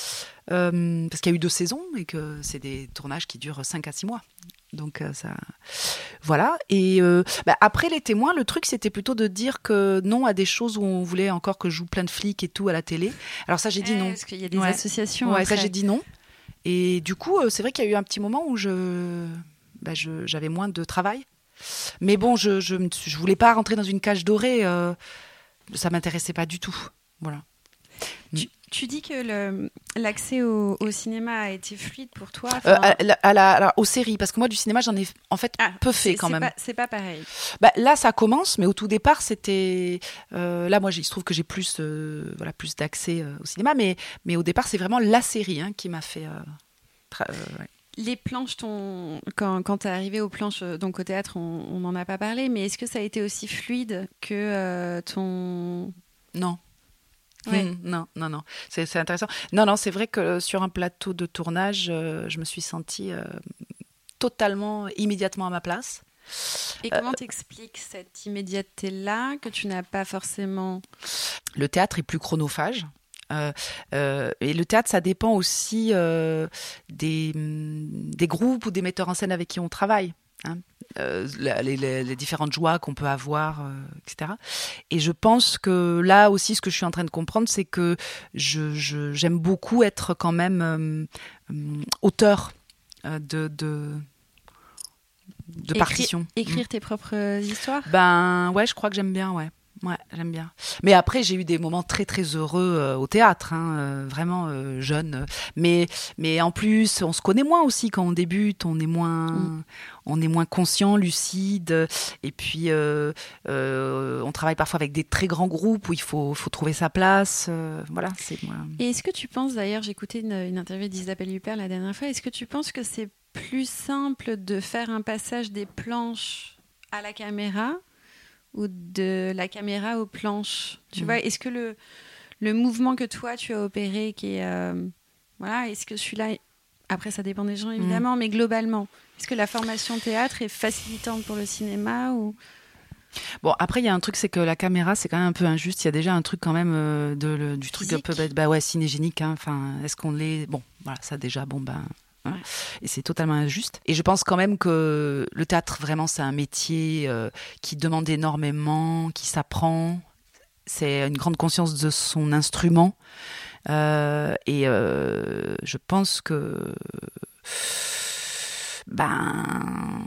Speaker 2: euh, parce qu'il y a eu deux saisons et que c'est des tournages qui durent cinq à six mois. Donc euh, ça voilà et euh, bah, après les témoins le truc c'était plutôt de dire que non à des choses où on voulait encore que je joue plein de flics et tout à la télé. Alors ça j'ai dit
Speaker 1: eh,
Speaker 2: non.
Speaker 1: Parce qu'il y a des
Speaker 2: ouais.
Speaker 1: associations.
Speaker 2: Ouais,
Speaker 1: après.
Speaker 2: ça j'ai dit non. Et du coup, c'est vrai qu'il y a eu un petit moment où je, bah je, j'avais moins de travail. Mais bon, je je, je voulais pas rentrer dans une cage dorée. Euh, ça m'intéressait pas du tout. Voilà.
Speaker 1: Tu, tu dis que le, l'accès au, au cinéma a été fluide pour toi.
Speaker 2: Euh, à, la, à la, à la, aux séries, parce que moi du cinéma j'en ai en fait
Speaker 1: ah,
Speaker 2: peu fait quand
Speaker 1: c'est
Speaker 2: même.
Speaker 1: Pas, c'est pas pareil.
Speaker 2: Bah, là ça commence, mais au tout départ c'était euh, là moi il se trouve que j'ai plus euh, voilà plus d'accès euh, au cinéma, mais mais au départ c'est vraiment la série hein, qui m'a fait. Euh, tra- euh, ouais.
Speaker 1: Les planches, ton... quand, quand tu es arrivé aux planches, donc au théâtre, on n'en a pas parlé, mais est-ce que ça a été aussi fluide que euh, ton...
Speaker 2: Non.
Speaker 1: Ouais.
Speaker 2: Mmh, non, non, non. C'est, c'est intéressant. Non, non, c'est vrai que sur un plateau de tournage, euh, je me suis sentie euh, totalement, immédiatement à ma place.
Speaker 1: Et comment euh, t'expliques cette immédiateté-là que tu n'as pas forcément...
Speaker 2: Le théâtre est plus chronophage. Euh, euh, et le théâtre, ça dépend aussi euh, des, des groupes ou des metteurs en scène avec qui on travaille. Hein, euh, les, les, les différentes joies qu'on peut avoir, euh, et cetera. Et je pense que là aussi, ce que je suis en train de comprendre, c'est que je, je, j'aime beaucoup être quand même euh, euh, auteur euh, de, de, de
Speaker 1: Écri-
Speaker 2: partitions.
Speaker 1: Écrire mmh. tes propres histoires ?
Speaker 2: Ben ouais, je crois que j'aime bien, ouais. Ouais, j'aime bien. Mais après, j'ai eu des moments très très heureux euh, au théâtre, hein, euh, vraiment euh, jeune. Mais mais en plus, on se connaît moins aussi quand on débute. On est moins, mm. on est moins conscient, lucide. Et puis, euh, euh, on travaille parfois avec des très grands groupes où il faut faut trouver sa place. Euh, voilà, c'est moi.
Speaker 1: Et est-ce que tu penses, d'ailleurs, j'ai écouté une, une interview d'Isabelle Huppert la dernière fois. Est-ce que tu penses que c'est plus simple de faire un passage des planches à la caméra ou de la caméra aux planches, tu mmh. vois, est-ce que le, le mouvement que toi tu as opéré, qui est, euh, voilà, est-ce que celui-là, est... après ça dépend des gens évidemment, mmh. mais globalement, est-ce que la formation théâtre est facilitante pour le cinéma ou...
Speaker 2: Bon, après il y a un truc, c'est que la caméra c'est quand même un peu injuste. Il y a déjà un truc quand même euh, de, le, du truc un peu bête, bah ouais, cinégénique. Hein. Enfin, est-ce qu'on l'est ? Bon, voilà, ça déjà, bon ben. Hein, ouais. Et c'est totalement injuste. Et je pense quand même que le théâtre, vraiment, c'est un métier euh, qui demande énormément, qui s'apprend. C'est une grande conscience de son instrument. Euh, et euh, je pense que... Ben...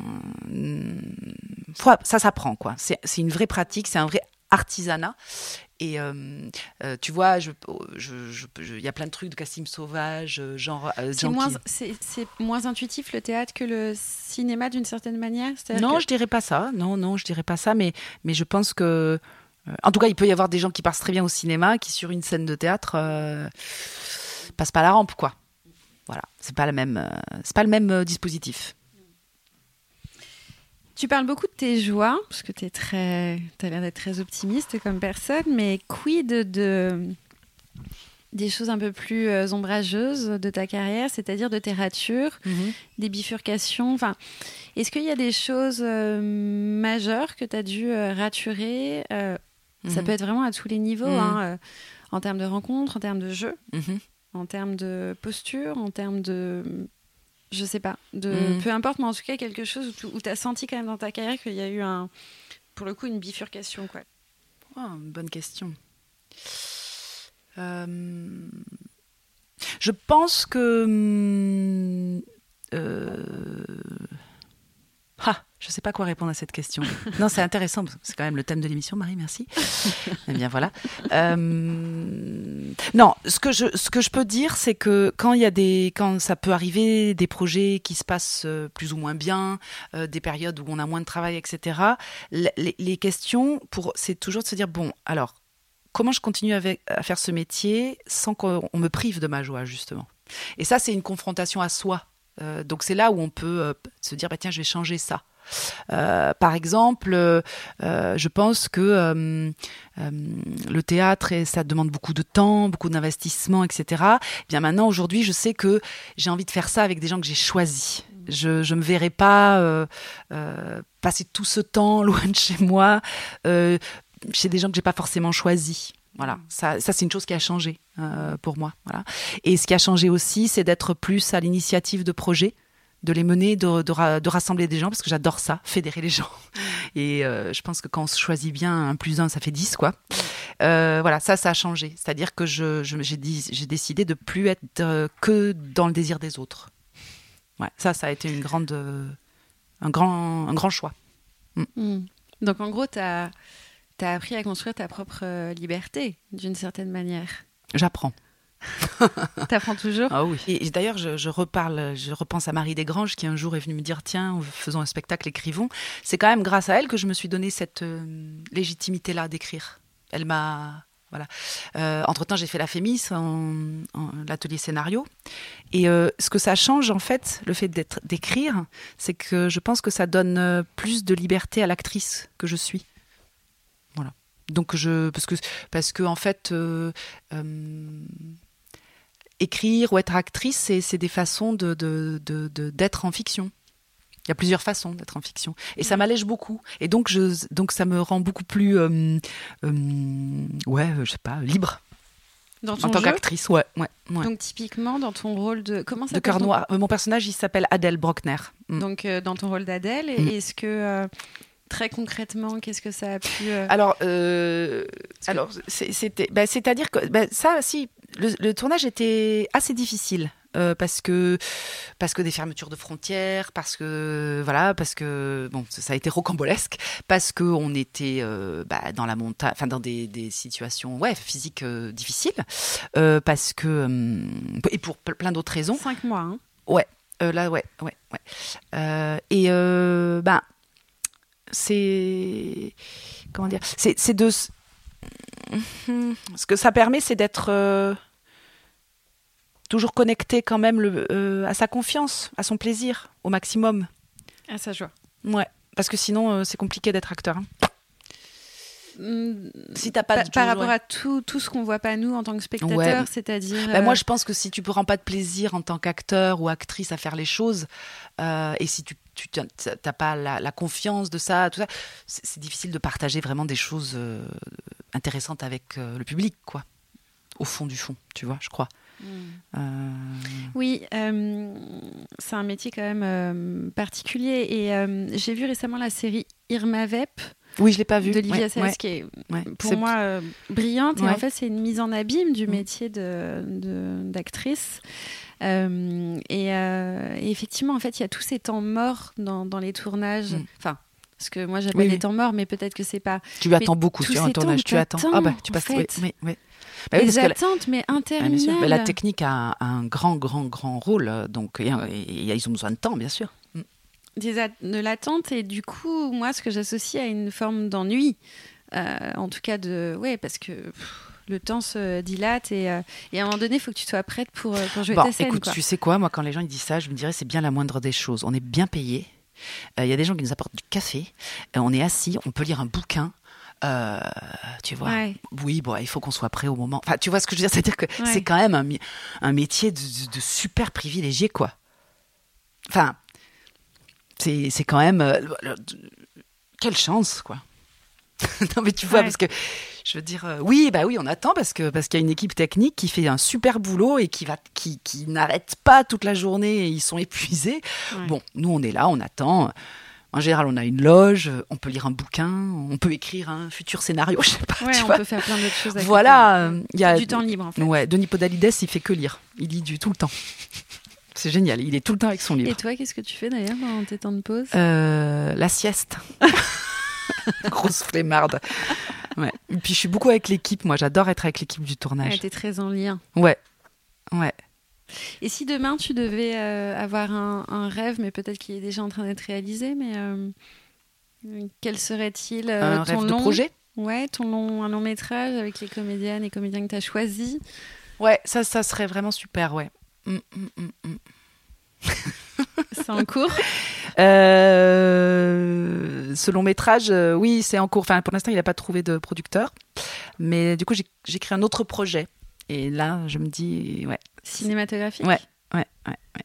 Speaker 2: Ça s'apprend, quoi. C'est, c'est une vraie pratique, c'est un vrai artisanat. Et euh, euh, tu vois, il je, je, je, je, y a plein de trucs de casting sauvage, genre... Euh,
Speaker 1: c'est, moins, qui... c'est, c'est moins intuitif le théâtre que le cinéma d'une certaine manière ? C'est-à-dire
Speaker 2: non,
Speaker 1: que...
Speaker 2: je dirais pas ça. Non, non, je dirais pas ça. Mais, mais je pense que... Euh, en tout cas, il peut y avoir des gens qui passent très bien au cinéma, qui sur une scène de théâtre euh, passent pas la rampe, quoi. Voilà, c'est pas le même, euh, c'est pas le même euh, dispositif.
Speaker 1: Tu parles beaucoup de tes joies, parce que tu as l'air d'être très optimiste comme personne, mais quid de, de, des choses un peu plus euh, ombrageuses de ta carrière, c'est-à-dire de tes ratures, mm-hmm. des bifurcations. Enfin, est-ce qu'il y a des choses euh, majeures que tu as dû euh, raturer euh, mm-hmm. Ça peut être vraiment à tous les niveaux, mm-hmm. hein, euh, en termes de rencontres, en termes de jeu, mm-hmm. en termes de posture, en termes de... Je sais pas, de, mmh. peu importe, mais en tout cas quelque chose où tu as senti quand même dans ta carrière qu'il y a eu, un, pour le coup, une bifurcation, quoi.
Speaker 2: Oh, une bonne question. Euh, je pense que... Euh, ah, je ne sais pas quoi répondre à cette question. Non, c'est intéressant, c'est quand même le thème de l'émission, Marie, merci. Eh bien, voilà. Euh, non, ce que, je, ce que je peux dire, c'est que quand, il y a des, quand ça peut arriver, des projets qui se passent plus ou moins bien, euh, des périodes où on a moins de travail, et cetera, les, les questions, pour, c'est toujours de se dire, bon, alors, comment je continue avec, à faire ce métier sans qu'on me prive de ma joie, justement ? Et ça, c'est une confrontation à soi. Euh, donc c'est là où on peut euh, se dire bah, tiens je vais changer ça. Euh, par exemple, euh, je pense que euh, euh, le théâtre et ça demande beaucoup de temps, beaucoup d'investissement, et cetera. Et bien maintenant aujourd'hui je sais que j'ai envie de faire ça avec des gens que j'ai choisis. Je je me verrai pas euh, euh, passer tout ce temps loin de chez moi euh, chez des gens que j'ai pas forcément choisis. Voilà, ça, ça c'est une chose qui a changé euh, pour moi. Voilà. Et ce qui a changé aussi, c'est d'être plus à l'initiative de projets, de les mener, de, de, de rassembler des gens, parce que j'adore ça, fédérer les gens. Et euh, je pense que quand on se choisit bien, un plus un, ça fait dix, quoi. Euh, voilà, ça, ça a changé. C'est-à-dire que je, je, j'ai, dit, j'ai décidé de plus être euh, que dans le désir des autres. Ouais, ça, ça a été une grande, euh, un, grand, un grand choix. Mm.
Speaker 1: Mm. Donc en gros, tu as... t'as appris à construire ta propre euh, liberté, d'une certaine manière.
Speaker 2: J'apprends.
Speaker 1: T'apprends toujours.
Speaker 2: Ah oui. Et, et d'ailleurs, je, je reparle, je repense à Marie Desgranges qui un jour est venue me dire tiens, faisons un spectacle, écrivons. C'est quand même grâce à elle que je me suis donné cette euh, légitimité-là d'écrire. Elle m'a voilà. Euh, entre-temps, j'ai fait la Fémis en, en l'atelier scénario. Et euh, ce que ça change en fait, le fait d'être, d'écrire, c'est que je pense que ça donne euh, plus de liberté à l'actrice que je suis. Voilà. Donc je parce que parce que en fait. Euh, euh, Écrire ou être actrice, c'est, c'est des façons de, de, de, de, d'être en fiction. Il y a plusieurs façons d'être en fiction. Et ça m'allège beaucoup. Et donc, je, donc ça me rend beaucoup plus, euh, euh, ouais, je sais pas, libre.
Speaker 1: Dans ton
Speaker 2: en tant
Speaker 1: jeu
Speaker 2: qu'actrice, ouais, ouais, ouais.
Speaker 1: Donc, typiquement, dans ton rôle de... Comment ça
Speaker 2: De Cœur Noir. Ton... Mon personnage, il s'appelle Adèle Brockner. Mm.
Speaker 1: Donc, euh, dans ton rôle d'Adèle, mm. est-ce que... Euh... Très concrètement, qu'est-ce que ça a pu... Euh...
Speaker 2: Alors, euh, alors c'est, c'était, bah, c'est-à-dire que bah, ça, si, le, le tournage était assez difficile euh, parce que parce que des fermetures de frontières, parce que voilà, parce que bon, ça a été rocambolesque, parce que on était euh, bah, dans la montagne, enfin dans des, des situations, ouais, physiques euh, difficiles, euh, parce que euh, et pour plein d'autres raisons.
Speaker 1: Cinq mois, hein.
Speaker 2: Ouais, euh, là, ouais, ouais, ouais. Euh, et euh, ben. Bah, c'est comment dire c'est c'est de ce que ça permet, c'est d'être euh, toujours connecté quand même le, euh, à sa confiance, à son plaisir au maximum,
Speaker 1: à sa joie.
Speaker 2: Ouais, parce que sinon euh, c'est compliqué d'être acteur, hein.
Speaker 1: Mmh,
Speaker 2: si t'as pas
Speaker 1: par,
Speaker 2: de
Speaker 1: par rapport à tout, tout ce qu'on voit pas nous en tant que spectateur, ouais. C'est-à-dire
Speaker 2: ben, euh... moi je pense que si tu prends pas de plaisir en tant qu'acteur ou actrice à faire les choses euh, et si tu tu t'as pas la, la confiance de ça, tout ça, c'est, c'est difficile de partager vraiment des choses euh, intéressantes avec euh, le public, quoi. Au fond du fond, tu vois, je crois.
Speaker 1: Mmh.
Speaker 2: Euh...
Speaker 1: Oui, euh, c'est un métier quand même euh, particulier. Et euh, j'ai vu récemment la série Irma Vep.
Speaker 2: Oui, je l'ai pas vue.
Speaker 1: D'Olivia
Speaker 2: ouais,
Speaker 1: Sales,
Speaker 2: ouais,
Speaker 1: qui est
Speaker 2: ouais,
Speaker 1: pour
Speaker 2: c'est...
Speaker 1: moi euh, brillante.
Speaker 2: Ouais.
Speaker 1: Et en fait, c'est une mise en abîme du
Speaker 2: mmh.
Speaker 1: métier de, de, d'actrice. Euh, et, euh, et effectivement, en fait, il y a tous ces temps morts dans, dans les tournages.
Speaker 2: Mmh.
Speaker 1: Enfin, ce que moi j'appelle
Speaker 2: oui,
Speaker 1: les
Speaker 2: oui.
Speaker 1: temps morts, mais peut-être que c'est pas.
Speaker 2: Tu attends beaucoup sur un tournage. Tu attends. Ah bah, tu passes. Oui, oui, oui.
Speaker 1: Bah oui, les attentes, la... mais interminables.
Speaker 2: Ah, mais la technique a un, un grand, grand, grand rôle. Donc, et, et, et, ils ont besoin de temps, bien sûr. Mm.
Speaker 1: Des a- de l'attente, et du coup, moi, ce que j'associe à une forme d'ennui. Euh, en tout cas, de. Ouais, parce que. Pff, le temps se dilate et, euh, et à un moment donné, il faut que tu sois prête pour, pour jouer
Speaker 2: bon,
Speaker 1: ta scène.
Speaker 2: Écoute,
Speaker 1: quoi.
Speaker 2: Tu sais quoi, moi, quand les gens ils disent ça, je me dirais c'est bien la moindre des choses. On est bien payé. Il euh, y a des gens qui nous apportent du café. Euh, on est assis, on peut lire un bouquin. Euh, tu vois,
Speaker 1: ouais.
Speaker 2: oui, bon, il faut qu'on soit prêt au moment. Enfin, tu vois ce que je veux dire, c'est-à-dire que
Speaker 1: ouais.
Speaker 2: c'est quand même un, un métier de, de, de super privilégié, quoi. Enfin, c'est, c'est quand même euh, quelle chance, quoi. Non, mais tu vois, ouais. parce que je veux dire, euh, oui, bah oui, on attend parce que parce qu'il y a une équipe technique qui fait un super boulot et qui va, qui, qui n'arrête pas toute la journée et ils sont épuisés. Ouais. Bon, nous, on est là, on attend. En général, on a une loge, on peut lire un bouquin, on peut écrire un futur scénario, je sais pas.
Speaker 1: Ouais,
Speaker 2: tu
Speaker 1: on
Speaker 2: vois.
Speaker 1: peut faire plein d'autres choses. Avec
Speaker 2: voilà, il euh, y a
Speaker 1: du temps libre en fait.
Speaker 2: Ouais, Denis Podalides, il fait que lire, il lit du tout le temps. C'est génial, il est tout le temps avec son livre.
Speaker 1: Et toi, qu'est-ce que tu fais d'ailleurs dans tes temps de pause ?
Speaker 2: euh, La sieste. Grosse flemmarde. Ouais. Et puis je suis beaucoup avec l'équipe, moi j'adore être avec l'équipe du tournage.
Speaker 1: Ouais, t'es très en lien.
Speaker 2: Ouais, ouais.
Speaker 1: Et si demain tu devais euh, avoir un, un rêve, mais peut-être qu'il est déjà en train d'être réalisé, mais euh, quel serait-il euh,
Speaker 2: Un
Speaker 1: ton
Speaker 2: rêve
Speaker 1: long...
Speaker 2: de projet ?
Speaker 1: Ouais, ton long, un long métrage avec les comédiennes et comédiens que tu as choisis.
Speaker 2: Ouais, ça, ça serait vraiment super, ouais. Mm, mm, mm, mm.
Speaker 1: C'est en cours
Speaker 2: euh, Ce long métrage, euh, oui, c'est en cours. Enfin, pour l'instant, il n'a pas trouvé de producteur. Mais du coup, j'ai, j'ai créé un autre projet. Et là, je me dis, ouais.
Speaker 1: Cinématographique ?
Speaker 2: Ouais, ouais, ouais, ouais.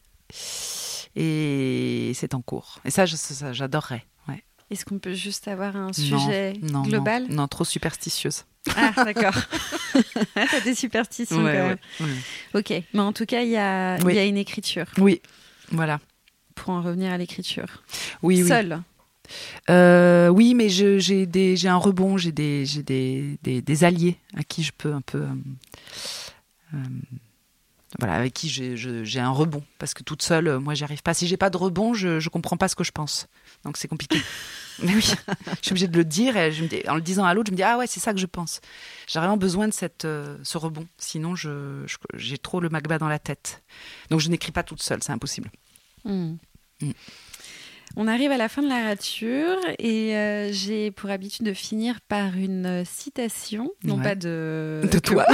Speaker 2: Et c'est en cours. Et ça, je, ça j'adorerais. Ouais.
Speaker 1: Est-ce qu'on peut juste avoir un sujet
Speaker 2: non, non,
Speaker 1: global ?
Speaker 2: Non, non, trop superstitieuse.
Speaker 1: Ah, d'accord. T'as des superstitions
Speaker 2: ouais,
Speaker 1: quand même.
Speaker 2: Ouais, ouais.
Speaker 1: Ok, mais en tout cas, il y a,
Speaker 2: oui.
Speaker 1: y a une écriture.
Speaker 2: Oui, voilà.
Speaker 1: Pour en revenir à l'écriture.
Speaker 2: Oui, oui.
Speaker 1: Seule.
Speaker 2: Euh, oui, mais je, j'ai, des, j'ai un rebond, j'ai, des, j'ai des, des, des alliés à qui je peux un peu... Euh, euh, voilà, avec qui j'ai, je, j'ai un rebond. Parce que toute seule, euh, moi, j'y arrive pas. Si j'ai pas de rebond, je, je comprends pas ce que je pense. Donc, c'est compliqué. Mais oui, je suis obligée de le dire. Et je me dis, en le disant à l'autre, je me dis, ah ouais, c'est ça que je pense. J'ai vraiment besoin de cette, euh, ce rebond. Sinon, je, je, j'ai trop le magma dans la tête. Donc, je n'écris pas toute seule. C'est impossible.
Speaker 1: Mmh.
Speaker 2: Mmh.
Speaker 1: On arrive à la fin de la rature et euh, j'ai pour habitude de finir par une euh, citation, non
Speaker 2: ouais.
Speaker 1: pas de...
Speaker 2: De toi.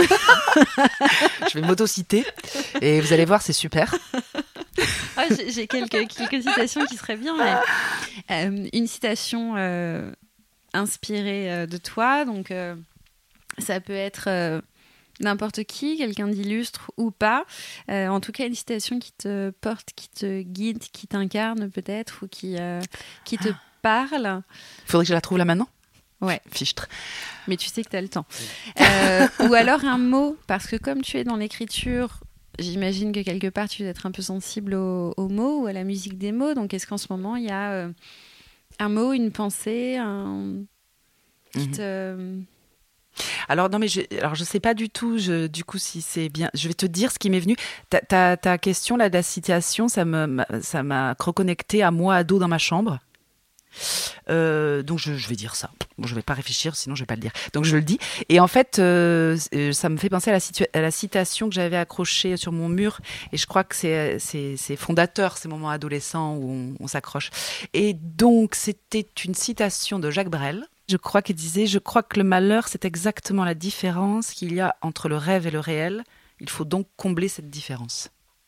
Speaker 2: Je vais m'auto-citer et vous allez voir, c'est super.
Speaker 1: Ah, j'ai, j'ai quelques, quelques citations qui seraient bien. Mais, euh, une citation euh, inspirée euh, de toi, donc euh, ça peut être... Euh, n'importe qui, quelqu'un d'illustre ou pas. Euh, en tout cas, une citation qui te porte, qui te guide, qui t'incarne peut-être, ou qui, euh, qui te parle.
Speaker 2: Il faudrait que je la trouve là maintenant ?
Speaker 1: Ouais.
Speaker 2: Fichtre.
Speaker 1: Mais tu sais que tu as le temps. Euh, ou alors un mot, parce que comme tu es dans l'écriture, j'imagine que quelque part, tu dois être un peu sensible aux, aux mots ou à la musique des mots. Donc, est-ce qu'en ce moment, il y a euh, un mot, une pensée, un... qui
Speaker 2: mmh.
Speaker 1: te...
Speaker 2: Alors non mais je, alors je sais pas du tout je, du coup si c'est bien. Je vais te dire ce qui m'est venu. Ta, ta, ta question là de la citation, ça me ça m'a reconnecté à moi ado dans ma chambre. Euh, donc je, je vais dire ça. Bon, je vais pas réfléchir, sinon je vais pas le dire. Donc je le dis. Et en fait, euh, ça me fait penser à la, situa- à la citation que j'avais accrochée sur mon mur. Et je crois que c'est c'est, c'est fondateur ces moments adolescents où on, on s'accroche. Et donc c'était une citation de Jacques Brel. Je crois qu'il disait « Je crois que le malheur, c'est exactement la différence qu'il y a entre le rêve et le réel. Il faut donc combler cette différence. »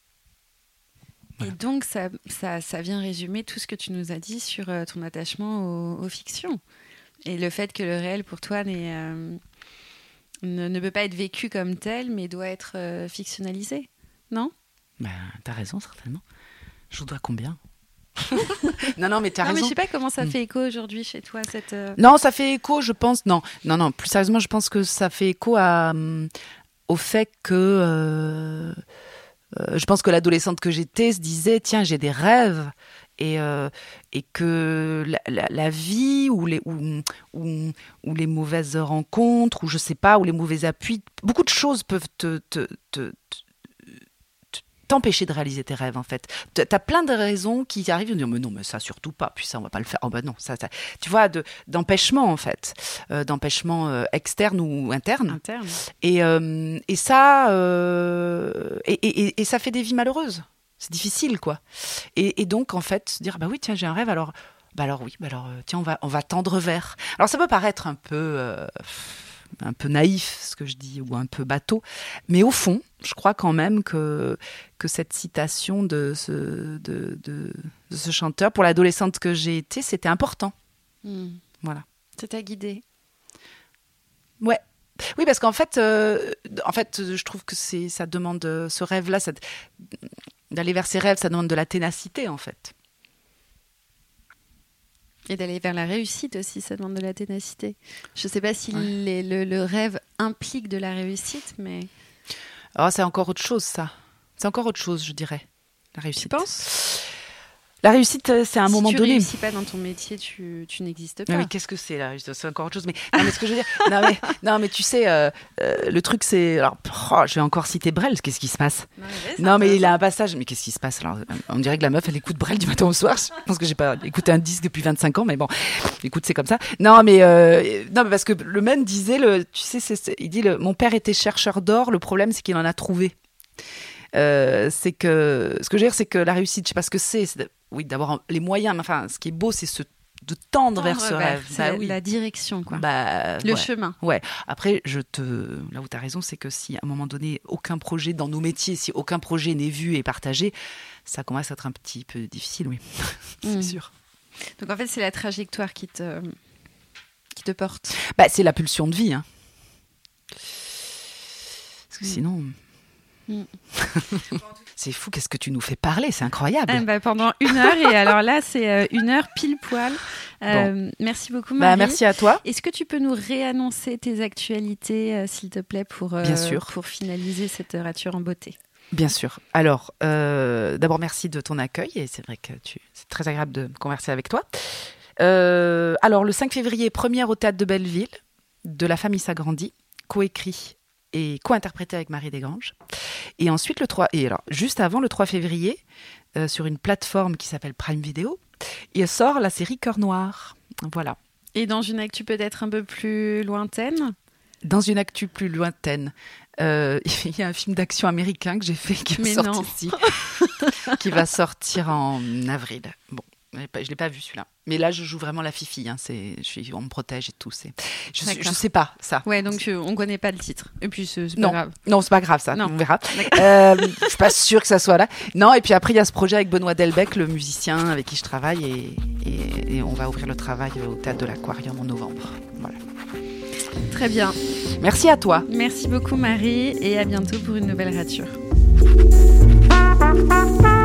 Speaker 2: Voilà.
Speaker 1: Et donc, ça, ça, ça vient résumer tout ce que tu nous as dit sur euh, ton attachement aux, aux fictions. Et le fait que le réel, pour toi, n'est, euh, ne, ne peut pas être vécu comme tel, mais doit être euh, fictionnalisé. Non ?
Speaker 2: Ben, t'as raison, certainement. Je vous dois combien ? non, non, mais t'as
Speaker 1: non,
Speaker 2: raison.
Speaker 1: mais je sais pas comment ça
Speaker 2: mmh.
Speaker 1: fait écho aujourd'hui chez toi. Cette, euh...
Speaker 2: Non, ça fait écho, je pense. Non, non, non. Plus sérieusement, je pense que ça fait écho à, euh, au fait que euh, euh, je pense que l'adolescente que j'étais se disait tiens, j'ai des rêves. Et, euh, et que la, la, la vie ou les, ou, ou, ou les mauvaises rencontres, ou je sais pas, ou les mauvais appuis, beaucoup de choses peuvent te, te, te, te t'empêcher de réaliser tes rêves en fait. T'as plein de raisons qui arrivent de dire mais non mais ça surtout pas, puis ça on va pas le faire. Oh ben non, ça, ça. Tu vois, de, d'empêchement en fait, euh, d'empêchement euh, externe ou interne.
Speaker 1: Interne.
Speaker 2: Et, euh, et ça euh, et, et, et ça fait des vies malheureuses. C'est difficile quoi. Et, et donc en fait se dire bah oui tiens j'ai un rêve alors bah alors oui bah alors tiens on va on va tendre vers. Alors ça peut paraître un peu euh, un peu naïf ce que je dis ou un peu bateau, mais au fond je crois quand même que que cette citation de ce de de, de ce chanteur pour l'adolescente que j'ai été c'était important.
Speaker 1: Mmh.
Speaker 2: Voilà.
Speaker 1: Ça t'a guidée.
Speaker 2: Ouais. Oui parce qu'en fait euh, en fait je trouve que c'est ça demande ce rêve là ça, d'aller vers ses rêves ça demande de la ténacité en fait.
Speaker 1: Et d'aller vers la réussite aussi, ça demande de la ténacité. Je ne sais pas si
Speaker 2: ouais.
Speaker 1: les, le, le rêve implique de la réussite, mais...
Speaker 2: Oh, c'est encore autre chose, ça. C'est encore autre chose, je dirais, la réussite.
Speaker 1: Tu penses ?
Speaker 2: La réussite, c'est à un
Speaker 1: si
Speaker 2: moment
Speaker 1: donné.
Speaker 2: donné.
Speaker 1: Si tu ne réussis pas dans ton métier, tu, tu n'existes pas.
Speaker 2: Non, mais qu'est-ce que c'est la réussite ? C'est encore autre chose. Mais, non, mais ce que je veux dire... non, mais, non, mais tu sais, euh, euh, le truc, c'est... Alors, oh, je vais encore citer Brel. Qu'est-ce qui se passe ? Non, mais, non, mais il a un passage... Mais qu'est-ce qui se passe ? Alors, on dirait que la meuf, elle écoute Brel du matin au soir. Je pense que j'ai pas écouté un disque depuis vingt-cinq ans, mais bon, écoute, c'est comme ça. Non, mais, euh, non, mais parce que le même disait... Le, tu sais, c'est, c'est, il dit, le, mon père était chercheur d'or. Le problème, c'est qu'il en a trouvé. Euh, c'est que... Ce que je veux dire, c'est que la réussite, je sais pas ce que c'est. c'est de, oui, d'avoir les moyens. Mais enfin, ce qui est beau, c'est ce de tendre, tendre vers ce
Speaker 1: vers,
Speaker 2: rêve.
Speaker 1: C'est
Speaker 2: bah,
Speaker 1: la,
Speaker 2: oui.
Speaker 1: la direction, quoi.
Speaker 2: Bah,
Speaker 1: le
Speaker 2: ouais.
Speaker 1: chemin.
Speaker 2: Ouais. Après, je te... là où tu as raison, c'est que si à un moment donné, aucun projet dans nos métiers, si aucun projet n'est vu et partagé, ça commence à être un petit peu difficile, oui. c'est mmh. sûr.
Speaker 1: Donc en fait, c'est la trajectoire qui te, qui te porte.
Speaker 2: Bah, c'est la pulsion de vie. Hein. Parce que mmh. sinon... Mmh. C'est fou, qu'est-ce que tu nous fais parler, c'est incroyable.
Speaker 1: Ah bah pendant une heure, et alors là, c'est euh, une heure pile poil. Euh, bon. Merci beaucoup, Marie.
Speaker 2: Bah, merci à toi.
Speaker 1: Est-ce que tu peux nous réannoncer tes actualités, euh, s'il te plaît, pour, euh,
Speaker 2: Bien sûr.
Speaker 1: pour finaliser cette rature en beauté ?
Speaker 2: Bien sûr. Alors, euh, d'abord, merci de ton accueil, et c'est vrai que tu, c'est très agréable de converser avec toi. Euh, alors, le cinq février, première au Théâtre de Belleville, de La famille s'agrandit, coécrit et co-interprété avec Marie Desgranges. Et ensuite, le trois, et alors, juste avant, le trois février, euh, sur une plateforme qui s'appelle Prime Video, il sort la série Cœur Noir. Voilà.
Speaker 1: Et dans une actu peut-être un peu plus lointaine ?
Speaker 2: Dans une actu plus lointaine, euh, il y a un film d'action américain que j'ai fait qui va
Speaker 1: Mais
Speaker 2: sortir
Speaker 1: non.
Speaker 2: ici, qui va sortir en avril. Bon, je ne l'ai pas vu celui-là. Mais là, je joue vraiment la fifi. Hein. C'est, je suis, on me protège et tout. C'est, je ne sais pas ça.
Speaker 1: Ouais, donc euh, on ne connaît pas le titre. Et puis c'est, c'est pas
Speaker 2: non.
Speaker 1: grave.
Speaker 2: Non, c'est pas grave ça.
Speaker 1: Non.
Speaker 2: On verra. Euh, je ne suis pas sûre que ça soit là. Non, et puis après, il y a ce projet avec Benoît Delbecq, le musicien avec qui je travaille. Et, et, et on va ouvrir le travail au Théâtre de l'Aquarium en novembre. Voilà.
Speaker 1: Très bien.
Speaker 2: Merci à toi.
Speaker 1: Merci beaucoup Marie et à bientôt pour une nouvelle rature.